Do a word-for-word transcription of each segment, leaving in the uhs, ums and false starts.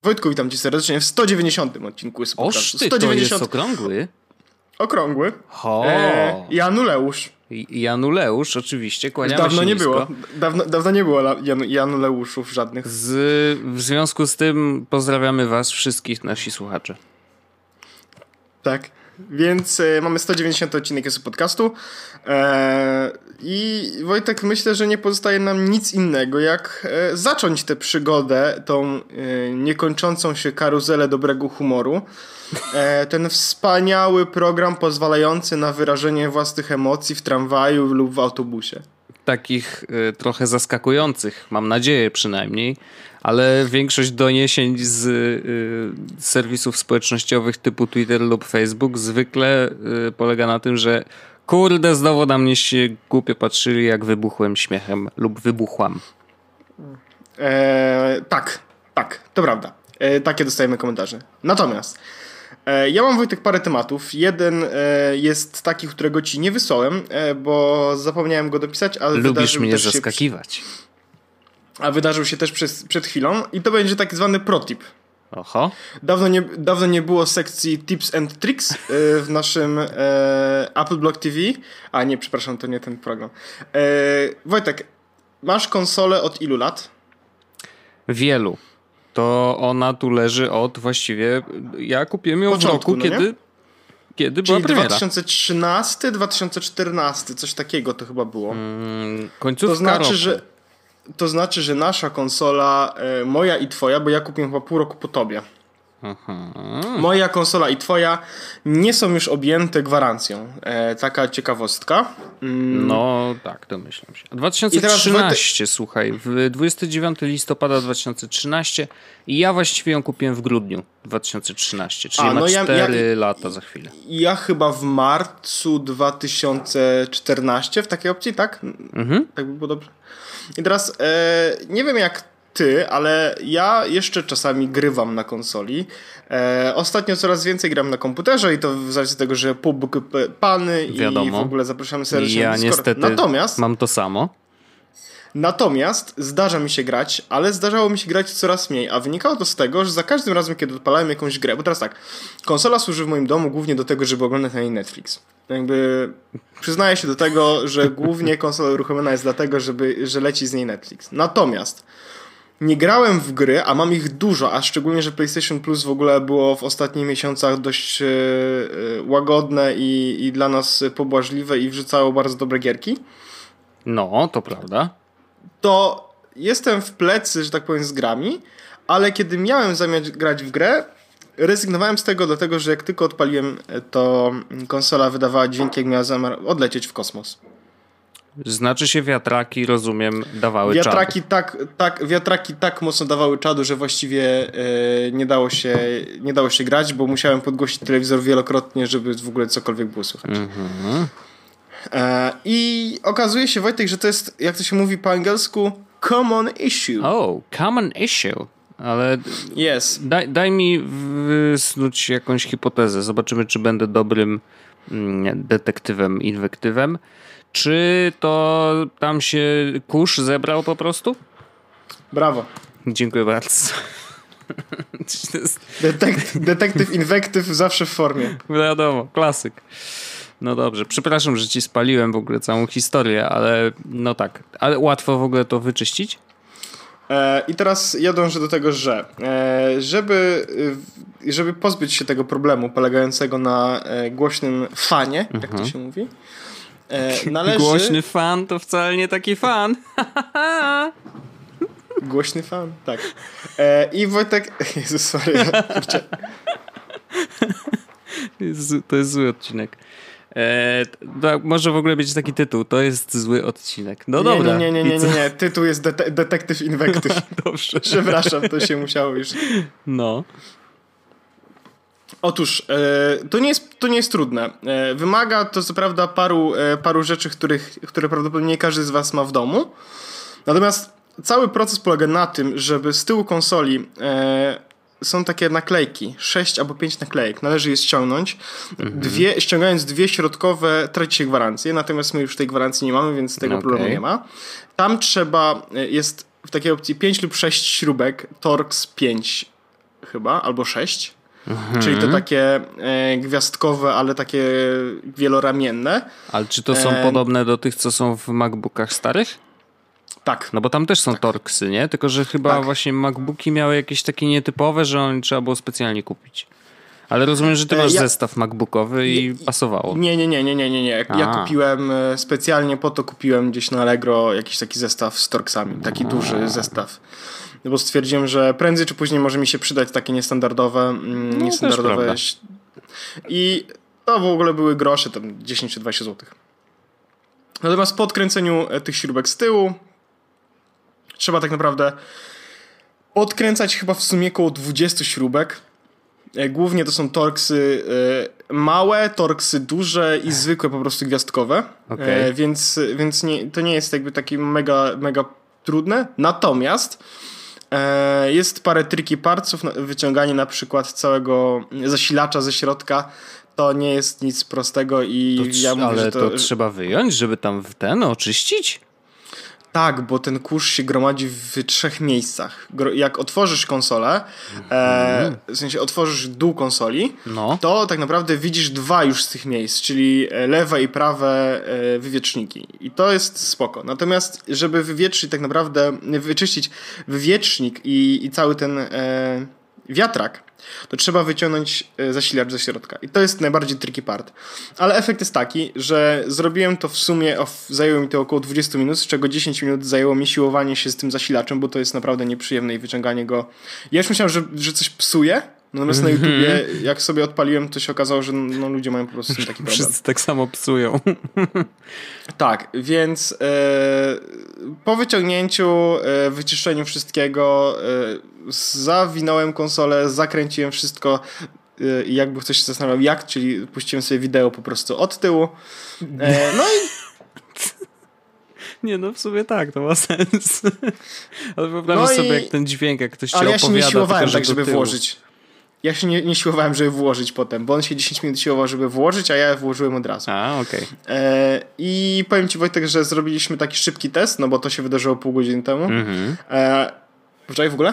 Wojtku, witam cię serdecznie w sto dziewięćdziesiątym odcinku jest Oż ty, sto dziewięćdziesiąt... to jest okrągły. Okrągły. Ho. E, Januleusz. Januleusz, oczywiście, kłaniamy dawno się nie nisko. było. Dawno, dawno nie było Jan, Januleuszów żadnych. Z, w związku z tym pozdrawiamy was wszystkich, nasi słuchacze. Tak. Więc e, mamy sto dziewięćdziesiąty odcinek jest podcastu e, i Wojtek, myślę, że nie pozostaje nam nic innego jak e, zacząć tę przygodę, tą e, niekończącą się karuzelę dobrego humoru. E, ten wspaniały program pozwalający na wyrażenie własnych emocji w tramwaju lub w autobusie. Takich y, trochę zaskakujących, mam nadzieję przynajmniej, ale większość doniesień z y, serwisów społecznościowych typu Twitter lub Facebook zwykle y, polega na tym, że kurde, znowu na mnie się głupio patrzyli, jak wybuchłem śmiechem lub wybuchłam. E, tak, tak, to prawda. E, takie dostajemy komentarze. Natomiast e, ja mam, Wojtek, parę tematów. Jeden e, jest taki, którego ci nie wysłałem, e, bo zapomniałem go dopisać, ale lubisz wydarzył mnie też zaskakiwać. Się, a wydarzył się też przez, przed chwilą i to będzie tak zwany protip. Oho. Dawno nie, dawno nie było sekcji Tips and Tricks e, w naszym e, Apple Block T V. A nie, przepraszam, to nie ten program. E, Wojtek, masz konsolę od ilu lat? Wielu. To ona tu leży od właściwie... Ja kupiłem ją Początku, w roku, no kiedy, kiedy Czyli była premiera. dwa tysiące trzynasty, dwa tysiące czternasty, coś takiego to chyba było. Hmm, końcówka to znaczy, roku. że To znaczy, że nasza konsola, e, moja i twoja, bo ja kupiłem chyba pół roku po tobie. Aha. Moja konsola i twoja nie są już objęte gwarancją. E, taka ciekawostka. Mm. No tak, domyślam się. dwa tysiące trzynaście, Wojtek... słuchaj, w dwudziestego dziewiątego listopada dwa tysiące trzynastego i ja właściwie ją kupiłem w grudniu dwa tysiące trzynastego, czyli A, no ma cztery ja, ja, lata za chwilę. Ja chyba w marcu dwa tysiące czternastego w takiej opcji, tak? Mhm. Tak by było dobrze. I teraz e, nie wiem jak ty, ale ja jeszcze czasami grywam na konsoli. E, ostatnio coraz więcej gram na komputerze i to z racji tego, że pub pany Wiadomo. I w ogóle zapraszamy serdecznie ja na Discord. Niestety natomiast, mam to samo. Natomiast zdarza mi się grać, ale zdarzało mi się grać coraz mniej, a wynikało to z tego, że za każdym razem, kiedy odpalałem jakąś grę, bo teraz tak, konsola służy w moim domu głównie do tego, żeby oglądać na niej Netflix. Jakby przyznaję się do tego, że głównie konsola uruchomiona jest dlatego, żeby, że leci z niej Netflix. Natomiast nie grałem w gry, a mam ich dużo, a szczególnie, że PlayStation Plus w ogóle było w ostatnich miesiącach dość yy, łagodne i, i dla nas pobłażliwe i wrzucało bardzo dobre gierki. No, to prawda. To jestem w plecy, że tak powiem, z grami, ale kiedy miałem zamiar grać w grę, rezygnowałem z tego, dlatego że jak tylko odpaliłem, to konsola wydawała dźwięki, jak miała zamiar odlecieć w kosmos. Znaczy się wiatraki, rozumiem, dawały wiatraki czadu. Tak, tak, wiatraki tak mocno dawały czadu, że właściwie e, nie, dało się, nie dało się grać, bo musiałem podgłosić telewizor wielokrotnie, żeby w ogóle cokolwiek było słychać. Mhm. E, I okazuje się, Wojtek, że to jest, jak to się mówi po angielsku, common issue. Oh, common issue. Ale yes. daj, daj mi wysnuć jakąś hipotezę. Zobaczymy, czy będę dobrym mm, detektywem, inwektywem. Czy to tam się kurz zebrał po prostu? Brawo. Dziękuję bardzo. Detekt, detektyw, inwektyw zawsze w formie. Wiadomo, klasyk. No dobrze, przepraszam, że ci spaliłem w ogóle całą historię, ale no tak. Ale łatwo w ogóle to wyczyścić? E, I teraz ja dążę do tego, że e, żeby, e, żeby pozbyć się tego problemu polegającego na e, głośnym fanie, mhm. jak to się mówi, e, należy... Głośny fan to wcale nie taki fan. Głośny fan, tak. E, I Wojtek... Jezus Maria, kurczę. To jest zły odcinek. Eee, to może w ogóle być taki tytuł. To jest zły odcinek. No nie, dobra. Nie, nie, nie, nie, nie, nie. Tytuł jest dete- detektyw inwektyw. Dobrze. Przepraszam, to się musiało już. No. Otóż e, to, nie jest, to nie jest trudne. E, wymaga to co prawda paru, e, paru rzeczy, których, które prawdopodobnie każdy z was ma w domu. Natomiast cały proces polega na tym, żeby z tyłu konsoli e, są takie naklejki, sześć albo pięć naklejek. Należy je ściągnąć. Mhm. Dwie, ściągając dwie środkowe traci się gwarancję, natomiast my już tej gwarancji nie mamy, więc tego okay. problemu nie ma. Tam trzeba, jest w takiej opcji pięć lub sześć śrubek, Torx pięć chyba, albo sześć. Mhm. Czyli to takie e, gwiazdkowe, ale takie wieloramienne. Ale czy to są e... podobne do tych, co są w MacBookach starych? Tak. No bo tam też są tak. Torxy, nie? Tylko, że chyba tak. właśnie MacBooki miały jakieś takie nietypowe, że on trzeba było specjalnie kupić. Ale rozumiem, że ty masz ja... zestaw MacBookowy i ja... pasowało. Nie, nie, nie, nie, nie, nie, nie. Ja A. kupiłem specjalnie po to kupiłem gdzieś na Allegro jakiś taki zestaw z Torxami. Taki A. duży zestaw. No bo stwierdziłem, że prędzej czy później może mi się przydać takie niestandardowe no, niestandardowe. I to w ogóle były grosze, tam dziesięć czy dwadzieścia złotych. Natomiast po odkręceniu tych śrubek z tyłu trzeba tak naprawdę odkręcać chyba w sumie około dwadzieścia śrubek. Głównie to są Torxy małe, Torxy duże i zwykłe po prostu gwiazdkowe. Okay. Więc, więc nie, to nie jest jakby takie mega, mega trudne. Natomiast jest parę tricky partsów, wyciąganie na przykład całego zasilacza ze środka. To nie jest nic prostego i to, ja mówię, ale że to... to trzeba wyjąć, żeby tam w ten oczyścić? Tak, bo ten kurz się gromadzi w trzech miejscach. Jak otworzysz konsolę, e, w sensie otworzysz dół konsoli, no. to tak naprawdę widzisz dwa już z tych miejsc, czyli lewe i prawe e, wywieczniki. I to jest spoko. Natomiast, żeby wywietrzyć tak naprawdę, wyczyścić wywiecznik i, i cały ten e, wiatrak, to trzeba wyciągnąć zasilacz ze środka. I to jest najbardziej tricky part. Ale efekt jest taki, że zrobiłem to w sumie, zajęło mi to około dwadzieścia minut, z czego dziesięć minut zajęło mi siłowanie się z tym zasilaczem, bo to jest naprawdę nieprzyjemne i wyciąganie go. Ja już myślałem, że, że coś psuje, natomiast na YouTubie, jak sobie odpaliłem, to się okazało, że no, ludzie mają po prostu z tym taki problem. Wszyscy tak samo psują. Tak, więc e, po wyciągnięciu, e, wyczyszczeniu wszystkiego, e, zawinąłem konsolę, zakręciłem wszystko e, i jakby ktoś się zastanawiał jak, czyli puściłem sobie wideo po prostu od tyłu. E, no i nie, no w sumie tak, to ma sens. Ale wyobrażasz no sobie, i... jak ten dźwięk, jak ktoś ci Ale opowiada. Ale ja się nie siłowałem tylko, tak, żeby włożyć. Ja się nie, nie siłowałem, żeby włożyć potem, bo on się dziesięć minut siłował, żeby włożyć, a ja włożyłem od razu. A, okej. Okay. I powiem ci, Wojtek, że zrobiliśmy taki szybki test, no bo to się wydarzyło pół godziny temu. Mm-hmm. E, Wczoraj w ogóle?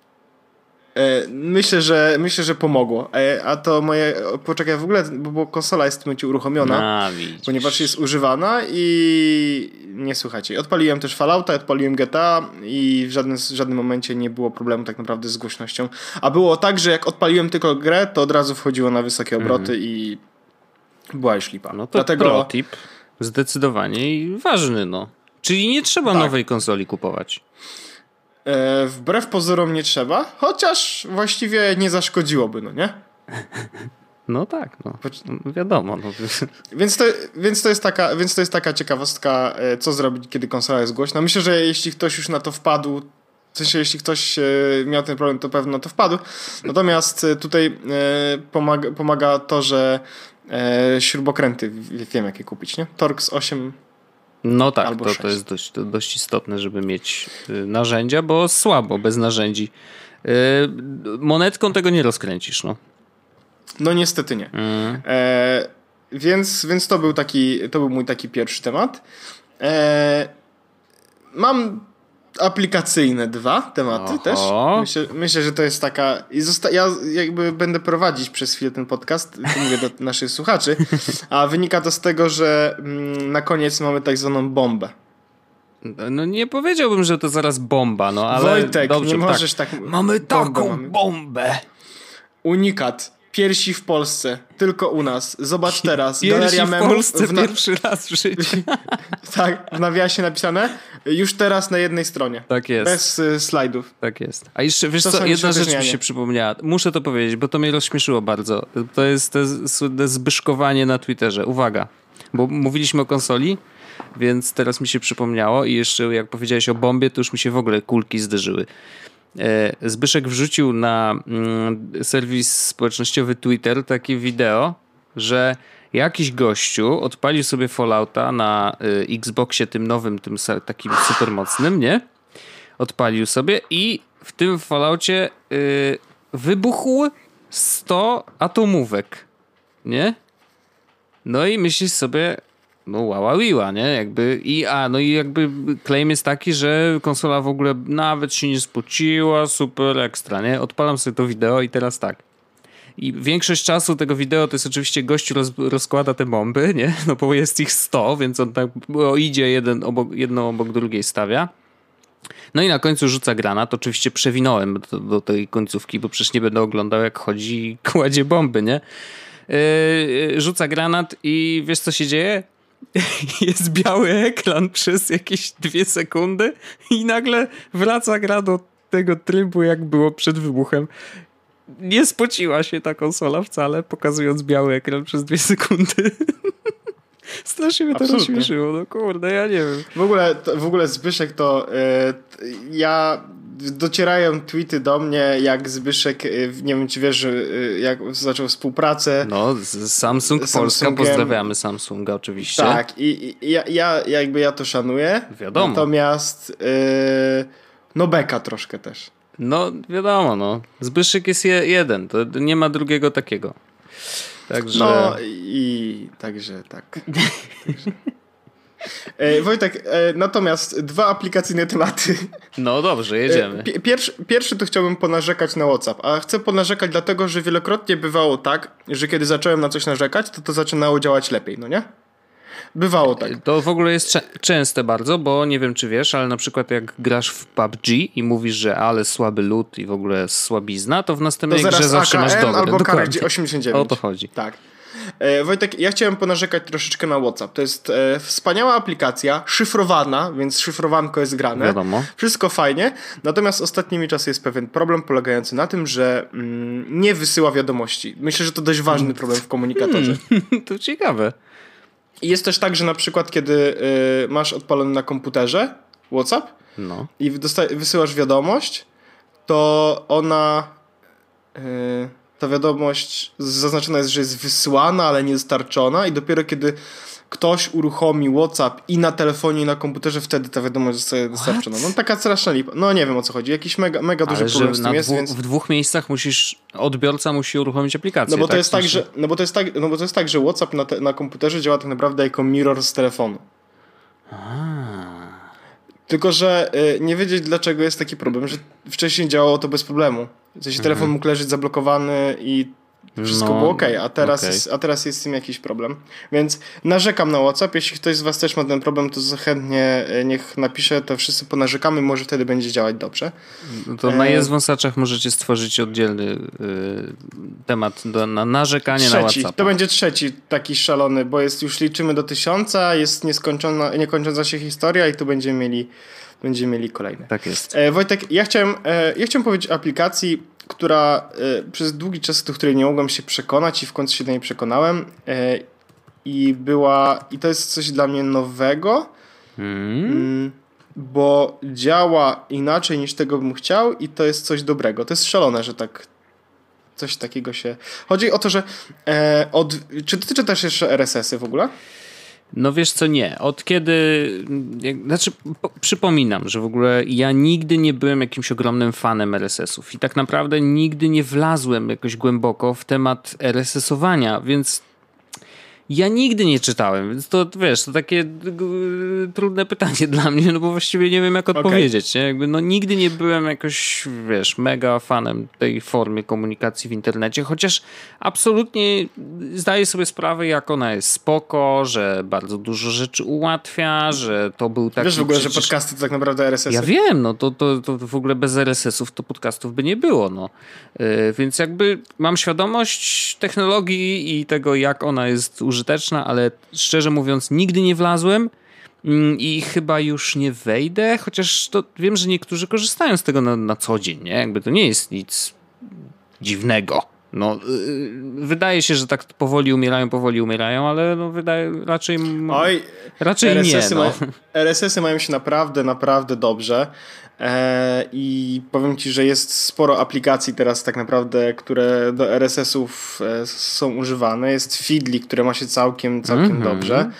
E, myślę, że myślę, że pomogło. E, a to moje... Poczekaj, w ogóle, bo, bo konsola jest w tym momencie uruchomiona, a, ponieważ jest używana i nie słuchajcie. Odpaliłem też Fallouta, odpaliłem G T A i w żadnym, w żadnym momencie nie było problemu tak naprawdę z głośnością. A było tak, że jak odpaliłem tylko grę, to od razu wchodziło na wysokie obroty mm. i była już lipa. No to Dlatego... pro tip zdecydowanie i ważny, no. Czyli nie trzeba tak. nowej konsoli kupować. E, wbrew pozorom nie trzeba, chociaż właściwie nie zaszkodziłoby, no nie? No tak, no. Wiadomo. No. Więc, to, więc, to jest taka, więc to jest taka ciekawostka, co zrobić, kiedy konsola jest głośna. Myślę, że jeśli ktoś już na to wpadł, w sensie jeśli ktoś miał ten problem, to pewno na to wpadł. Natomiast tutaj pomaga, pomaga to, że śrubokręty wiem jakie kupić, nie? Torx osiem No tak, to, to jest dość, to dość istotne, żeby mieć narzędzia, bo słabo bez narzędzi. Monetką tego nie rozkręcisz, no. No niestety nie. Mm. E, więc, więc to był taki, to był mój taki pierwszy temat. E, mam aplikacyjne dwa tematy Oho. też. Myślę, myślę, że to jest taka... I zosta- ja jakby będę prowadzić przez chwilę ten podcast, to mówię do naszych słuchaczy, a wynika to z tego, że mm, na koniec mamy tak zwaną bombę. No nie powiedziałbym, że to zaraz bomba, no ale... Wojtek, dobrze, nie możesz tak... tak... Mamy taką mamy. bombę! Unikat. Piersi w Polsce. Tylko u nas. Zobacz teraz. Piersi Galeria w memów. Polsce w na... pierwszy raz w życiu. Tak, w nawiasie napisane. Już teraz na jednej stronie. Tak jest. Bez y, slajdów. Tak jest. A jeszcze, wiesz co, jedna rzecz mi się przypomniała. Muszę to powiedzieć, bo to mnie rozśmieszyło bardzo. To jest to słynne zbyszkowanie na Twitterze. Uwaga, bo mówiliśmy o konsoli, więc teraz mi się przypomniało i jeszcze jak powiedziałeś o bombie, to już mi się w ogóle kulki zderzyły. Zbyszek wrzucił na mm, serwis społecznościowy Twitter takie wideo, że jakiś gościu odpalił sobie Fallouta na y, Xboxie tym nowym, tym takim super mocnym, nie? Odpalił sobie i w tym Falloutie y, wybuchł sto atomówek, nie? No i myślisz sobie, no łała wiła, nie? Jakby, i, a, no i jakby claim jest taki, że konsola w ogóle nawet się nie spociła, super ekstra, nie? Odpalam sobie to wideo i teraz tak. I większość czasu tego wideo to jest oczywiście gościu roz, rozkłada te bomby, nie? No bo jest ich sto, więc on tak o, idzie jeden obok, jedną obok drugiej stawia. No i na końcu rzuca granat. Oczywiście przewinąłem do, do tej końcówki, bo przecież nie będę oglądał jak chodzi i kładzie bomby, nie? Yy, rzuca granat i wiesz co się dzieje? Jest biały ekran przez jakieś dwie sekundy i nagle wraca gra do tego trybu jak było przed wybuchem. Nie spociła się ta konsola wcale, pokazując biały ekran przez dwie sekundy. Strasznie mnie to Absolutnie. rozśmieszyło, no kurde, ja nie wiem. W ogóle, to, w ogóle Zbyszek to yy, ja docierają tweety do mnie, jak Zbyszek, yy, nie wiem czy wiesz, że yy, jak zaczął współpracę. No, z Samsung z Polska, Samsungiem. pozdrawiamy Samsunga oczywiście. Tak, i, i ja, ja jakby ja to szanuję. Wiadomo. Natomiast yy, no beka troszkę też. No, wiadomo, no. Zbyszek jest je, jeden, to nie ma drugiego takiego. Także... No i także tak. Także. E, Wojtek, e, natomiast dwa aplikacyjne tematy. No dobrze, jedziemy. E, pierwszy, pierwszy to chciałbym ponarzekać na WhatsApp, a chcę ponarzekać dlatego, że wielokrotnie bywało tak, że kiedy zacząłem na coś narzekać, to to zaczynało działać lepiej, no nie? Bywało tak. To w ogóle jest cze- częste bardzo, bo nie wiem czy wiesz, ale na przykład jak grasz w P U B G i mówisz, że ale słaby loot i w ogóle słabizna, to w następnej To grze zaraz zawsze A K M masz dobre. albo Dokładnie. Courage osiemdziesiąt dziewięć. O to chodzi. Tak. E, Wojtek, ja chciałem ponarzekać troszeczkę na WhatsApp. To jest e, wspaniała aplikacja, szyfrowana, więc szyfrowanko jest grane. Wiadomo. Wszystko fajnie, natomiast ostatnimi czasy jest pewien problem polegający na tym, że mm, nie wysyła wiadomości. Myślę, że to dość ważny problem w komunikatorze. Hmm, to ciekawe. I jest też tak, że na przykład kiedy y, masz odpalony na komputerze WhatsApp No. i dosta- wysyłasz wiadomość, to ona y, ta wiadomość zaznaczona jest, że jest wysłana, ale nie dostarczona i dopiero kiedy ktoś uruchomi WhatsApp i na telefonie i na komputerze, wtedy ta wiadomość zostaje dostarczona. No taka straszna lipa. No nie wiem o co chodzi. Jakiś mega, mega duży Ale problem że z na tym jest, dwu, więc... w dwóch miejscach musisz, odbiorca musi uruchomić aplikację. No bo to tak? jest tak, że, no bo to jest tak, no bo to jest tak, że WhatsApp na, te, na komputerze działa tak naprawdę jako mirror z telefonu. A. Tylko, że y, nie wiedzieć dlaczego jest taki problem, że wcześniej działało to bez problemu. W sensie telefon Mhm. mógł leżeć zablokowany i wszystko No, było okej, a, teraz okej. jest, a teraz jest z tym jakiś problem. Więc narzekam na WhatsApp. Jeśli ktoś z was też ma ten problem, to chętnie y, niech napisze, to wszyscy ponarzekamy, może wtedy będzie działać dobrze. No to na E, Jest Wąsaczach możecie stworzyć oddzielny y, temat do, na narzekanie na Trzeci, WhatsApp. to będzie trzeci taki szalony, bo jest już liczymy do tysiąca, jest nieskończona, niekończąca się historia i tu będziemy mieli, będziemy mieli kolejne. Tak jest. E, Wojtek, ja chciałem, e, ja chciałem powiedzieć o aplikacji, która e, przez długi czas, do której nie mogłem się przekonać i w końcu się do niej przekonałem e, i była, i to jest coś dla mnie nowego, Hmm? mm, bo działa inaczej niż tego bym chciał i to jest coś dobrego. To jest szalone, że tak coś takiego się... Chodzi o to, że e, od... Czy ty czytasz jeszcze R S S-y w ogóle? No wiesz co, nie. Od kiedy... Jak, znaczy, po, przypominam, że w ogóle ja nigdy nie byłem jakimś ogromnym fanem R S S ów i tak naprawdę nigdy nie wlazłem jakoś głęboko w temat R S S owania, więc ja nigdy nie czytałem, więc to wiesz, to takie g- trudne pytanie dla mnie, no bo właściwie nie wiem jak odpowiedzieć, nie? Jakby, no nigdy nie byłem jakoś, wiesz, mega fanem tej formy komunikacji w internecie, chociaż absolutnie zdaję sobie sprawę, jak ona jest spoko, że bardzo dużo rzeczy ułatwia, że to był taki... Wiesz w ogóle, przecież... że podcasty to tak naprawdę R S S-y? Ja wiem, no to, to, to w ogóle bez R S S ów to podcastów by nie było, no. Yy, więc jakby mam świadomość technologii i tego, jak ona jest użyteczna, ale szczerze mówiąc nigdy nie wlazłem yy, i chyba już nie wejdę, chociaż to wiem, że niektórzy korzystają z tego na, na co dzień, nie? Jakby to nie jest nic dziwnego. No, yy, wydaje się, że tak powoli umierają, powoli umierają, ale no wydaje raczej... Oj, raczej R S nie, S-y no. mają, R S S-y mają się naprawdę, naprawdę dobrze. E, I powiem ci, że jest sporo aplikacji teraz tak naprawdę, które do R S S-ów e, są używane. Jest Feedly, które ma się całkiem, całkiem Mhm. dobrze.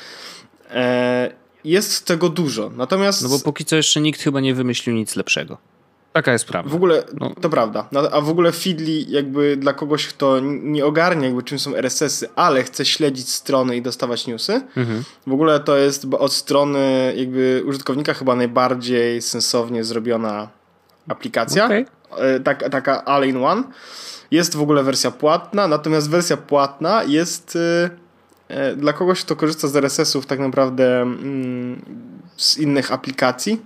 E, jest tego dużo. Natomiast... No bo póki co jeszcze nikt chyba nie wymyślił nic lepszego. Taka jest prawda. W ogóle, no. to prawda. No, a w ogóle Feedly jakby dla kogoś, kto nie ogarnia jakby czym są R S S-y, ale chce śledzić strony i dostawać newsy, mhm. w ogóle to jest od strony jakby użytkownika chyba najbardziej sensownie zrobiona aplikacja. Okay. Tak, taka all in one. Jest w ogóle wersja płatna, natomiast wersja płatna jest yy, dla kogoś, kto korzysta z R S S-ów tak naprawdę yy, z innych aplikacji.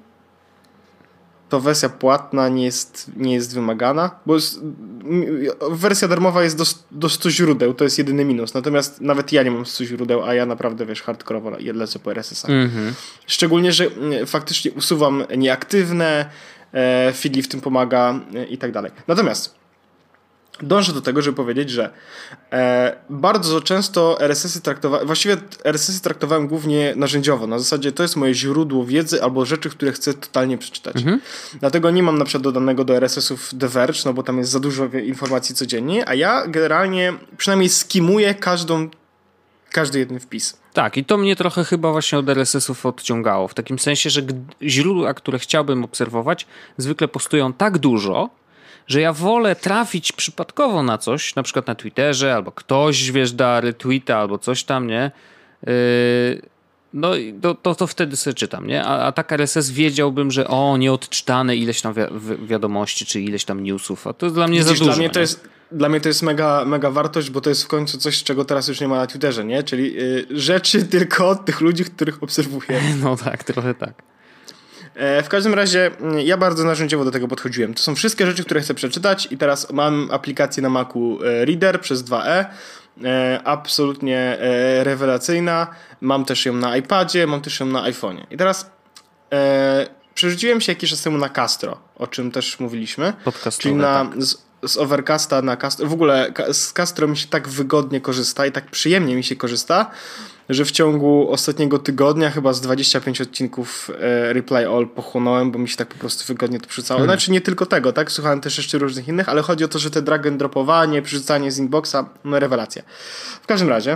To wersja płatna nie jest, nie jest wymagana, bo jest, wersja darmowa jest do, do stu źródeł, to jest jedyny minus. Natomiast nawet ja nie mam stu źródeł, a ja naprawdę, wiesz, hardkorowo lecę po R S S-ach. Mm-hmm. Szczególnie, że faktycznie usuwam nieaktywne, e, Feedly w tym pomaga e, i tak dalej. Natomiast dążę do tego, żeby powiedzieć, że e, bardzo często R S S-y traktowałem, właściwie R S S-y traktowałem głównie narzędziowo. Na zasadzie to jest moje źródło wiedzy albo rzeczy, które chcę totalnie przeczytać. Mhm. Dlatego nie mam na przykład dodanego do R S S-ów The Verge, no bo tam jest za dużo informacji codziennie, a ja generalnie przynajmniej skimuję każdą, każdy jeden wpis. Tak, i to mnie trochę chyba właśnie od R S S-ów odciągało. W takim sensie, że źródła, które chciałbym obserwować, zwykle postują tak dużo, że ja wolę trafić przypadkowo na coś, na przykład na Twitterze, albo ktoś, wiesz, da retweeta, albo coś tam, nie? Yy, no i to, to, to wtedy sobie czytam, nie? A, a tak R S S wiedziałbym, że o, nieodczytane ileś tam wi- wiadomości, czy ileś tam newsów, a to jest dla mnie Widzisz, za dużo. Dla mnie to jest, dla mnie to jest mega, mega wartość, bo to jest w końcu coś, czego teraz już nie ma na Twitterze, nie? Czyli yy, rzeczy tylko od tych ludzi, których obserwuję. No tak, trochę tak. W każdym razie ja bardzo narzędziowo do tego podchodziłem. To są wszystkie rzeczy, które chcę przeczytać i teraz mam aplikację na Macu Reader przez dwa e. Absolutnie rewelacyjna. Mam też ją na iPadzie, mam też ją na iPhone'ie. I teraz e, przerzuciłem się jakiś czas temu na Castro, o czym też mówiliśmy. Podcastowe, czyli na, tak. z, z Overcasta na Castro. W ogóle z Castro mi się tak wygodnie korzysta i tak przyjemnie mi się korzysta, że w ciągu ostatniego tygodnia chyba z dwadzieścia pięć odcinków e, Reply All pochłonąłem, bo mi się tak po prostu wygodnie to przerzucało. Hmm. Znaczy nie tylko tego, tak? Słuchałem też jeszcze różnych innych, ale chodzi o to, że te drag and dropowanie, przerzucanie z inboxa, no rewelacja. W każdym razie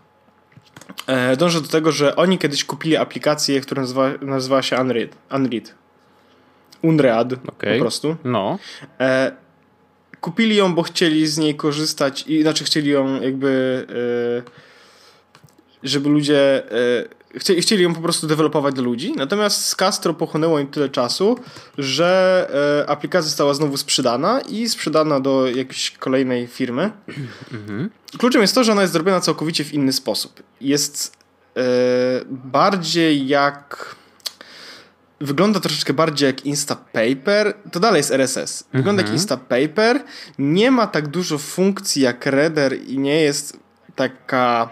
e, dążę do tego, że oni kiedyś kupili aplikację, która nazywa, nazywała się Unread. Unread. Unread okay. po prostu. No. E, kupili ją, bo chcieli z niej korzystać i znaczy chcieli ją jakby e, żeby ludzie e, chcieli, chcieli ją po prostu dewelopować dla ludzi, natomiast z Castro pochłonęło im tyle czasu, że e, aplikacja została znowu sprzedana i sprzedana do jakiejś kolejnej firmy. Mhm. Kluczem jest to, że ona jest zrobiona całkowicie w inny sposób. Jest e, bardziej jak... Wygląda troszeczkę bardziej jak Instapaper. To dalej jest R S S. Wygląda mhm. jak Instapaper. Nie ma tak dużo funkcji jak Reader i nie jest taka...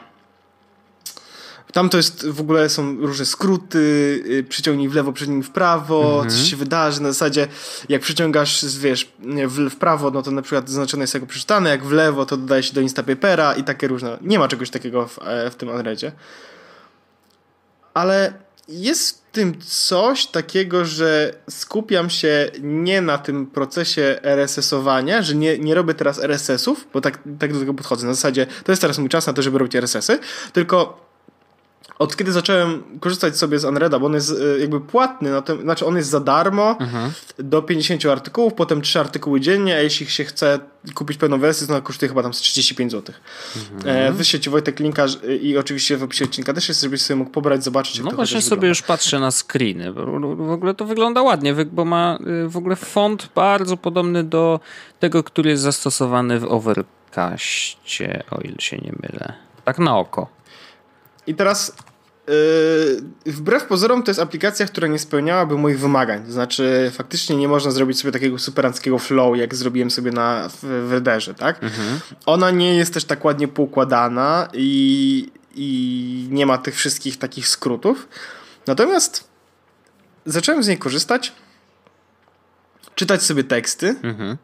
Tam to jest, w ogóle są różne skróty, yy, przyciągnij w lewo, przyciągnij w prawo, mhm. coś się wydarzy. Na zasadzie, jak przyciągasz, wiesz, w, w prawo, no to na przykład zaznaczone jest jako przeczytane, jak w lewo, to dodaje się do Instapapera i takie różne. Nie ma czegoś takiego w, w tym Unreadzie. Ale jest w tym coś takiego, że skupiam się nie na tym procesie R S S-owania, że nie, nie robię teraz R S S-ów, bo tak, tak do tego podchodzę. Na zasadzie, to jest teraz mój czas na to, żeby robić R S S-y, tylko od kiedy zacząłem korzystać sobie z Unreada, bo on jest jakby płatny, no to, znaczy on jest za darmo mhm. do pięćdziesięciu artykułów, potem trzy artykuły dziennie, a jeśli się chce kupić pełną wersję, to ona kosztuje chyba tam trzydzieści pięć złotych. Mhm. E, wyślę ci, Wojtek, linka i oczywiście w opisie odcinka też jest, żebyś sobie mógł pobrać, zobaczyć, jak no to właśnie sobie wygląda. Już patrzę na screeny, bo w ogóle to wygląda ładnie, bo ma w ogóle font bardzo podobny do tego, który jest zastosowany w Overcastie, o ile się nie mylę. Tak na oko. I teraz yy, wbrew pozorom to jest aplikacja, która nie spełniałaby moich wymagań. To znaczy faktycznie nie można zrobić sobie takiego superanckiego flow, jak zrobiłem sobie na, w, w Readerze, tak? Mhm. Ona nie jest też tak ładnie poukładana i, i nie ma tych wszystkich takich skrótów. Natomiast zacząłem z niej korzystać, czytać sobie teksty mhm.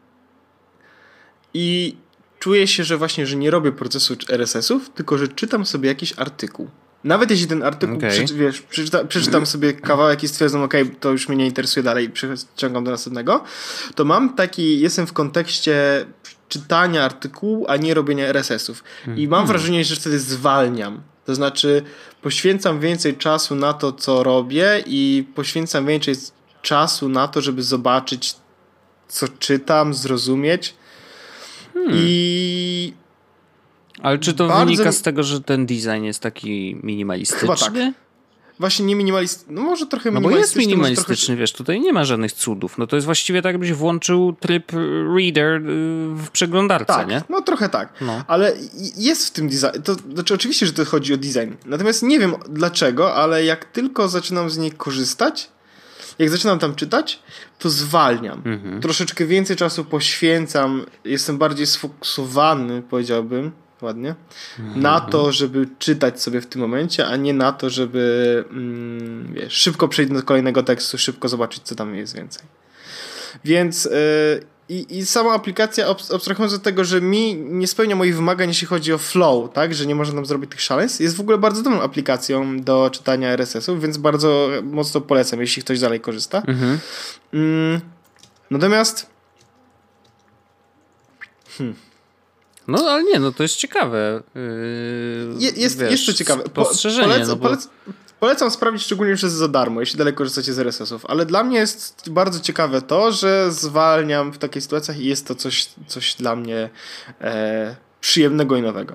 i czuję się, że właśnie, że nie robię procesu R S S-ów, tylko że czytam sobie jakiś artykuł. Nawet jeśli ten artykuł, okay. przy, wiesz, przeczyta, przeczytam sobie kawałek i stwierdzam, okej, okay, to już mnie nie interesuje dalej i przeciągam do następnego, to mam taki, jestem w kontekście czytania artykułu, a nie robienia R S S-ów. I mam wrażenie, że wtedy zwalniam. To znaczy poświęcam więcej czasu na to, co robię i poświęcam więcej czasu na to, żeby zobaczyć co czytam, zrozumieć. Hmm. I... Ale czy to bardzo... wynika z tego, że ten design jest taki minimalistyczny? Chyba tak. Właśnie nie minimalistyczny, no może trochę minimalistyczny. No bo jest minimalistyczny, trochę... wiesz, tutaj nie ma żadnych cudów. No to jest właściwie tak, jakbyś włączył tryb reader w przeglądarce, tak, nie? No trochę tak, no. Ale jest w tym design, to znaczy oczywiście, że to chodzi o design. Natomiast nie wiem dlaczego, ale jak tylko zaczynam z niej korzystać, jak zaczynam tam czytać, to zwalniam. Mhm. Troszeczkę więcej czasu poświęcam, jestem bardziej sfokusowany, powiedziałbym, ładnie, mhm. na to, żeby czytać sobie w tym momencie, a nie na to, żeby mm, wiesz, szybko przejść do kolejnego tekstu, szybko zobaczyć, co tam jest więcej. Więc yy, i, i sama aplikacja, abstrahując od tego, że mi nie spełnia moich wymagań, jeśli chodzi o flow, tak, że nie można tam zrobić tych szaleństw, jest w ogóle bardzo dobrą aplikacją do czytania R S S-ów, więc bardzo mocno polecam, jeśli ktoś dalej korzysta. Mhm. Mm, natomiast hmm. No ale nie, no to jest ciekawe. Yy, jest, wiesz, jest to ciekawe. Po, polec, no bo... polec, polecam sprawdzić, szczególnie, że jest za darmo, jeśli dalej korzystacie z R S S-ów. Ale dla mnie jest bardzo ciekawe to, że zwalniam w takich sytuacjach i jest to coś, coś dla mnie e, przyjemnego i nowego.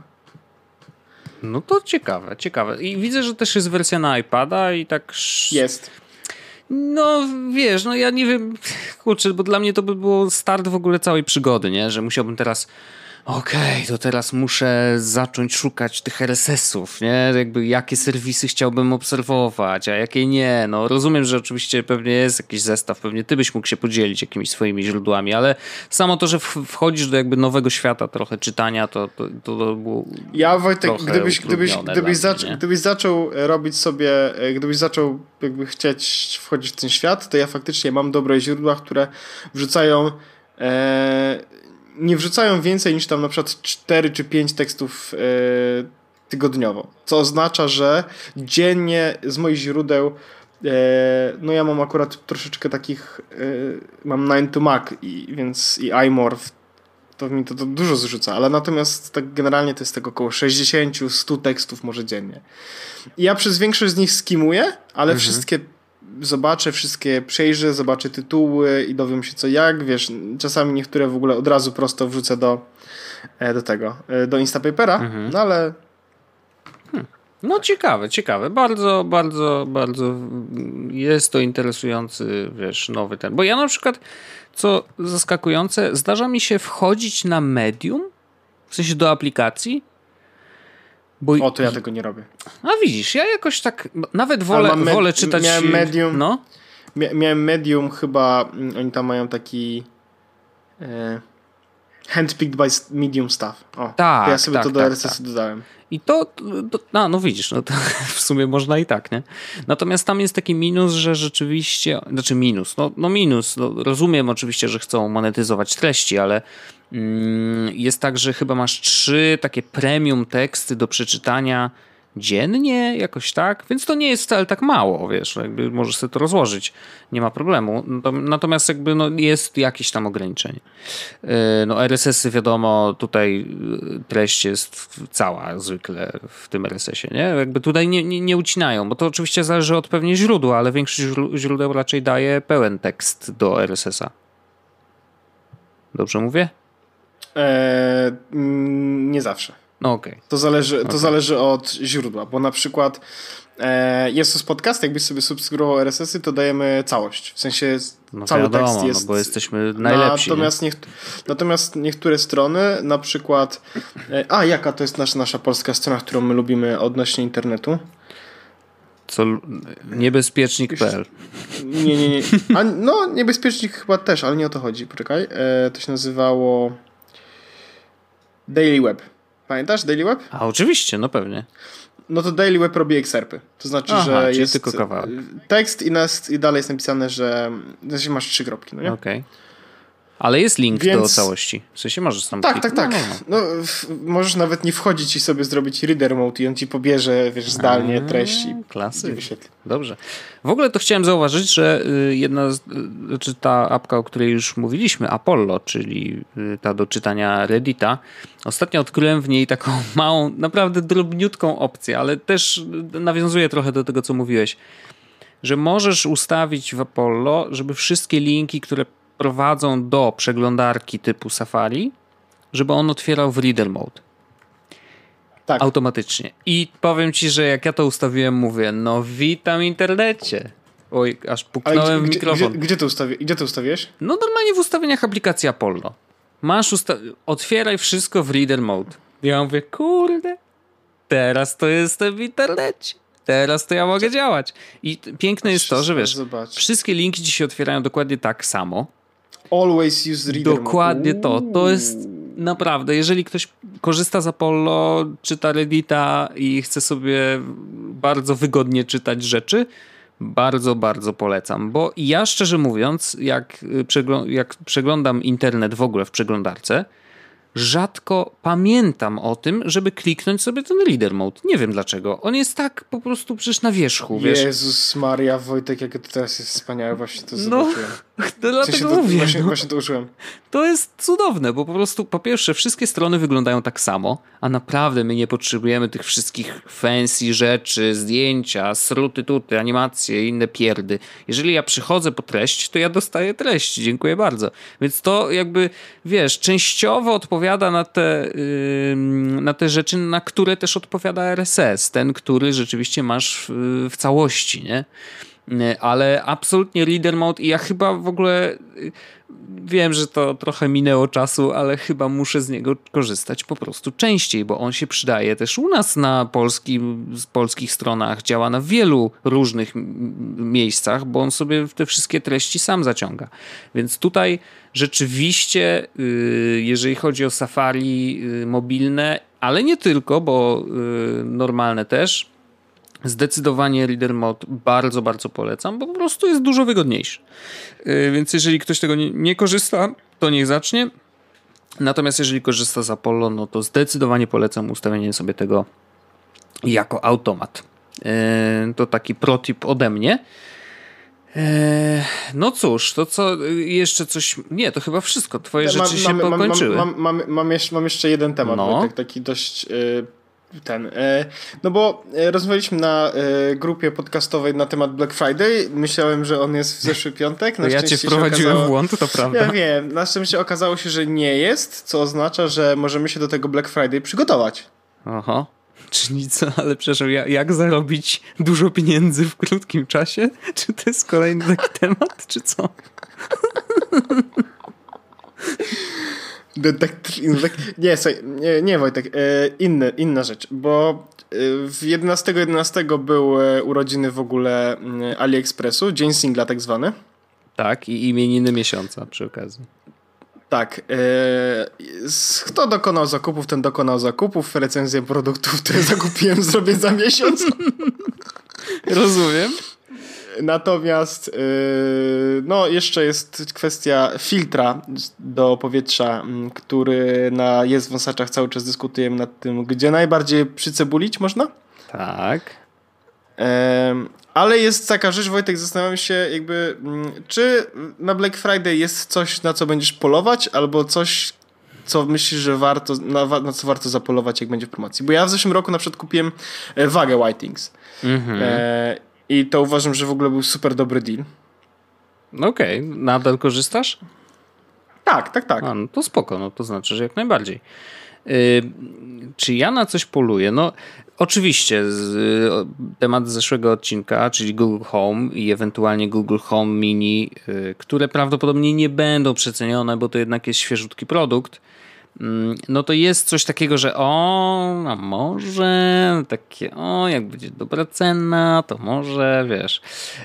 No to ciekawe, ciekawe. I widzę, że też jest wersja na iPada i tak... Jest. No wiesz, no ja nie wiem, kurczę, bo dla mnie to by było start w ogóle całej przygody, nie? Że musiałbym teraz... Okej, okay, to teraz muszę zacząć szukać tych R S S-ów, nie? Jakby jakie serwisy chciałbym obserwować, a jakie nie. No rozumiem, że oczywiście pewnie jest jakiś zestaw, pewnie ty byś mógł się podzielić jakimiś swoimi źródłami, ale samo to, że wchodzisz do jakby nowego świata trochę czytania, to, to, to było Ja Wojtek, gdybyś, gdybyś, gdybyś, zac- gdybyś zaczął robić sobie, gdybyś zaczął jakby chcieć wchodzić w ten świat, to ja faktycznie mam dobre źródła, które wrzucają e, nie wrzucają więcej niż tam na przykład cztery czy pięć tekstów yy, tygodniowo. Co oznacza, że dziennie z moich źródeł yy, no ja mam akurat troszeczkę takich yy, mam nine to Mac i, więc i iMorph to mi to, to dużo zrzuca, ale natomiast tak generalnie to jest tak około sześćdziesiąt do stu tekstów może dziennie. I ja przez większość z nich skimuję, ale mhm. wszystkie zobaczę, wszystkie przejrzę, zobaczę tytuły i dowiem się co jak, wiesz, czasami niektóre w ogóle od razu prosto wrzucę do, do tego, do Instapapera, mhm. no ale... Hmm. No ciekawe, ciekawe, bardzo, bardzo, bardzo jest to interesujący, wiesz, nowy ten, bo ja na przykład, co zaskakujące, zdarza mi się wchodzić na Medium, w sensie do aplikacji. Bo o, to ja tego nie robię. A widzisz, ja jakoś tak nawet wolę, med- wolę czytać... Miałem Medium, no? Mia- miałem Medium chyba, oni tam mają taki e, handpicked by Medium stuff. O, tak, to ja sobie tak, to do tak, R S S-u tak. dodałem. I to, to no, no widzisz, no to w sumie można i tak, nie? Natomiast tam jest taki minus, że rzeczywiście, znaczy minus, no, no minus, no, rozumiem oczywiście, że chcą monetyzować treści, ale mm, jest tak, że chyba masz trzy takie premium teksty do przeczytania dziennie, jakoś tak, więc to nie jest wcale tak mało, wiesz, jakby możesz sobie to rozłożyć, nie ma problemu, natomiast jakby no jest jakieś tam ograniczenie. No R S S-y wiadomo, tutaj treść jest cała zwykle w tym R S S-ie, nie? Jakby tutaj nie, nie, nie ucinają, bo to oczywiście zależy od pewnie źródła, ale większość źródeł raczej daje pełen tekst do R S S-a. Dobrze mówię? Eee, nie zawsze. No okay. To zależy, to okay. zależy od źródła, bo na przykład e, jest to z podcast, jakbyś sobie subskrybował R S S-y, to dajemy całość. W sensie no cały wiadomo, tekst jest... No bo jesteśmy najlepsi. Natomiast, nie? niech, natomiast niektóre strony, na przykład... E, a, jaka to jest nasza, nasza polska strona, którą my lubimy odnośnie internetu? Co? Niebezpiecznik kropka p l. Nie, nie, nie. A, no, niebezpiecznik chyba też, ale nie o to chodzi. Poczekaj. E, to się nazywało Daily Web. Pamiętasz Daily Web? A oczywiście, no pewnie. No to Daily Web robi ekserpy. To znaczy, Aha, że czyli jest tylko kawałek. tekst i, nas, i dalej jest napisane, że znaczy masz trzy kropki, no nie? Okej. Okay. Ale jest link Więc... do całości. W sensie możesz tam... Tak, tak, tak. No, no, no. no f- możesz nawet nie wchodzić i sobie zrobić reader mode i on ci pobierze, wiesz, zdalnie A, treść i klasy. wyświetli. Dobrze. W ogóle to chciałem zauważyć, że jedna, z, znaczy ta apka, o której już mówiliśmy, Apollo, czyli ta do czytania Reddita, ostatnio odkryłem w niej taką małą, naprawdę drobniutką opcję, ale też nawiązuje trochę do tego, co mówiłeś, że możesz ustawić w Apollo, żeby wszystkie linki, które prowadzą do przeglądarki typu Safari, żeby on otwierał w Reader Mode. Tak. Automatycznie. I powiem ci, że jak ja to ustawiłem, mówię, no witam internecie. Oj, aż puknąłem gdzie, w mikrofon. Gdzie, gdzie, to ustawi- gdzie to ustawiłeś? No normalnie w ustawieniach aplikacji Apollo. Masz usta- otwieraj wszystko w Reader Mode. Ja mówię, kurde, teraz to jestem w internecie. Teraz to ja mogę działać. I piękne jest to, że wiesz, Zobacz. wszystkie linki ci się otwierają dokładnie tak samo. Always use Reader Dokładnie Mode. to. To jest naprawdę, jeżeli ktoś korzysta z Apollo, czyta Reddita i chce sobie bardzo wygodnie czytać rzeczy, bardzo, bardzo polecam. Bo ja szczerze mówiąc, jak, przegl- jak przeglądam internet w ogóle w przeglądarce, rzadko pamiętam o tym, żeby kliknąć sobie ten Reader Mode. Nie wiem dlaczego. On jest tak po prostu przecież na wierzchu, wiesz. Jezus Maria, Wojtek, jakie to teraz jest wspaniałe. Właśnie to No, zobaczyłem. to W sensie dlatego to, mówię. właśnie, no. właśnie to użyłem. To jest cudowne, bo po prostu po pierwsze wszystkie strony wyglądają tak samo, a naprawdę my nie potrzebujemy tych wszystkich fancy rzeczy, zdjęcia, sruty, tuty, animacje i inne pierdy. Jeżeli ja przychodzę po treść, to ja dostaję treść. Dziękuję bardzo. Więc to jakby, wiesz, częściowo odpowiada na te, yy, na te rzeczy, na które też odpowiada R S S. Ten, który rzeczywiście masz w, w całości, nie? Ale absolutnie Reader Mode i ja chyba w ogóle wiem, że to trochę minęło czasu, ale chyba muszę z niego korzystać po prostu częściej, bo on się przydaje też u nas na polskim, polskich stronach, działa na wielu różnych miejscach, bo on sobie te wszystkie treści sam zaciąga. Więc tutaj rzeczywiście, jeżeli chodzi o Safari mobilne, ale nie tylko, bo normalne też, zdecydowanie Reader Mode bardzo, bardzo polecam, bo po prostu jest dużo wygodniejszy. Yy, więc jeżeli ktoś tego nie, nie korzysta, to niech zacznie. Natomiast jeżeli korzysta z Apollo, no to zdecydowanie polecam ustawienie sobie tego jako automat. Yy, to taki protip ode mnie. Yy, no cóż, to co, jeszcze coś... Nie, to chyba wszystko. Twoje Mam, rzeczy się mam, pokończyły. Mam, mam, mam, mam, jeszcze, mam jeszcze jeden temat, no. Wojtek, taki dość... Yy... Ten, e, no bo e, rozmawialiśmy na e, grupie podcastowej na temat Black Friday. Myślałem, że on jest w zeszły piątek. Na to ja cię wprowadziłem okazało, w błąd, to prawda. Ja wiem. Na szczęście okazało się, że nie jest, co oznacza, że możemy się do tego Black Friday przygotować. Aha. Czyli co, ale przepraszam, jak zarobić dużo pieniędzy w krótkim czasie? Czy to jest kolejny taki temat, czy co? Detektyw, nie, słuchaj, nie, nie Wojtek, e, inny, inna rzecz, bo w jedenastego jedenastego były urodziny w ogóle AliExpressu, dzień singla tak zwany. Tak, i imieniny miesiąca przy okazji. Tak. E, kto dokonał zakupów, ten dokonał zakupów. Recenzję produktów, które zakupiłem, zrobię za miesiąc. Rozumiem. Natomiast yy, no jeszcze jest kwestia filtra do powietrza, który na Jest Wąsaczach cały czas dyskutujemy nad tym, gdzie najbardziej przycebulić można. Tak. Yy, ale jest taka rzecz, Wojtek, zastanawiam się jakby, czy na Black Friday jest coś, na co będziesz polować, albo coś, co myślisz, że warto, na, na co warto zapolować, jak będzie w promocji. Bo ja w zeszłym roku na przykład kupiłem wagę Whitings. Mhm. Yy, I to uważam, że w ogóle był super dobry deal. Okej, okay. Nadal korzystasz? Tak, tak, tak. A, no to spoko, no to znaczy, że jak najbardziej. Yy, czy ja na coś poluję? No oczywiście z, y, temat z zeszłego odcinka, czyli Google Home i ewentualnie Google Home Mini, y, które prawdopodobnie nie będą przecenione, bo to jednak jest świeżutki produkt. No to jest coś takiego, że o, a może takie, o, jak będzie dobra cena, to może, wiesz.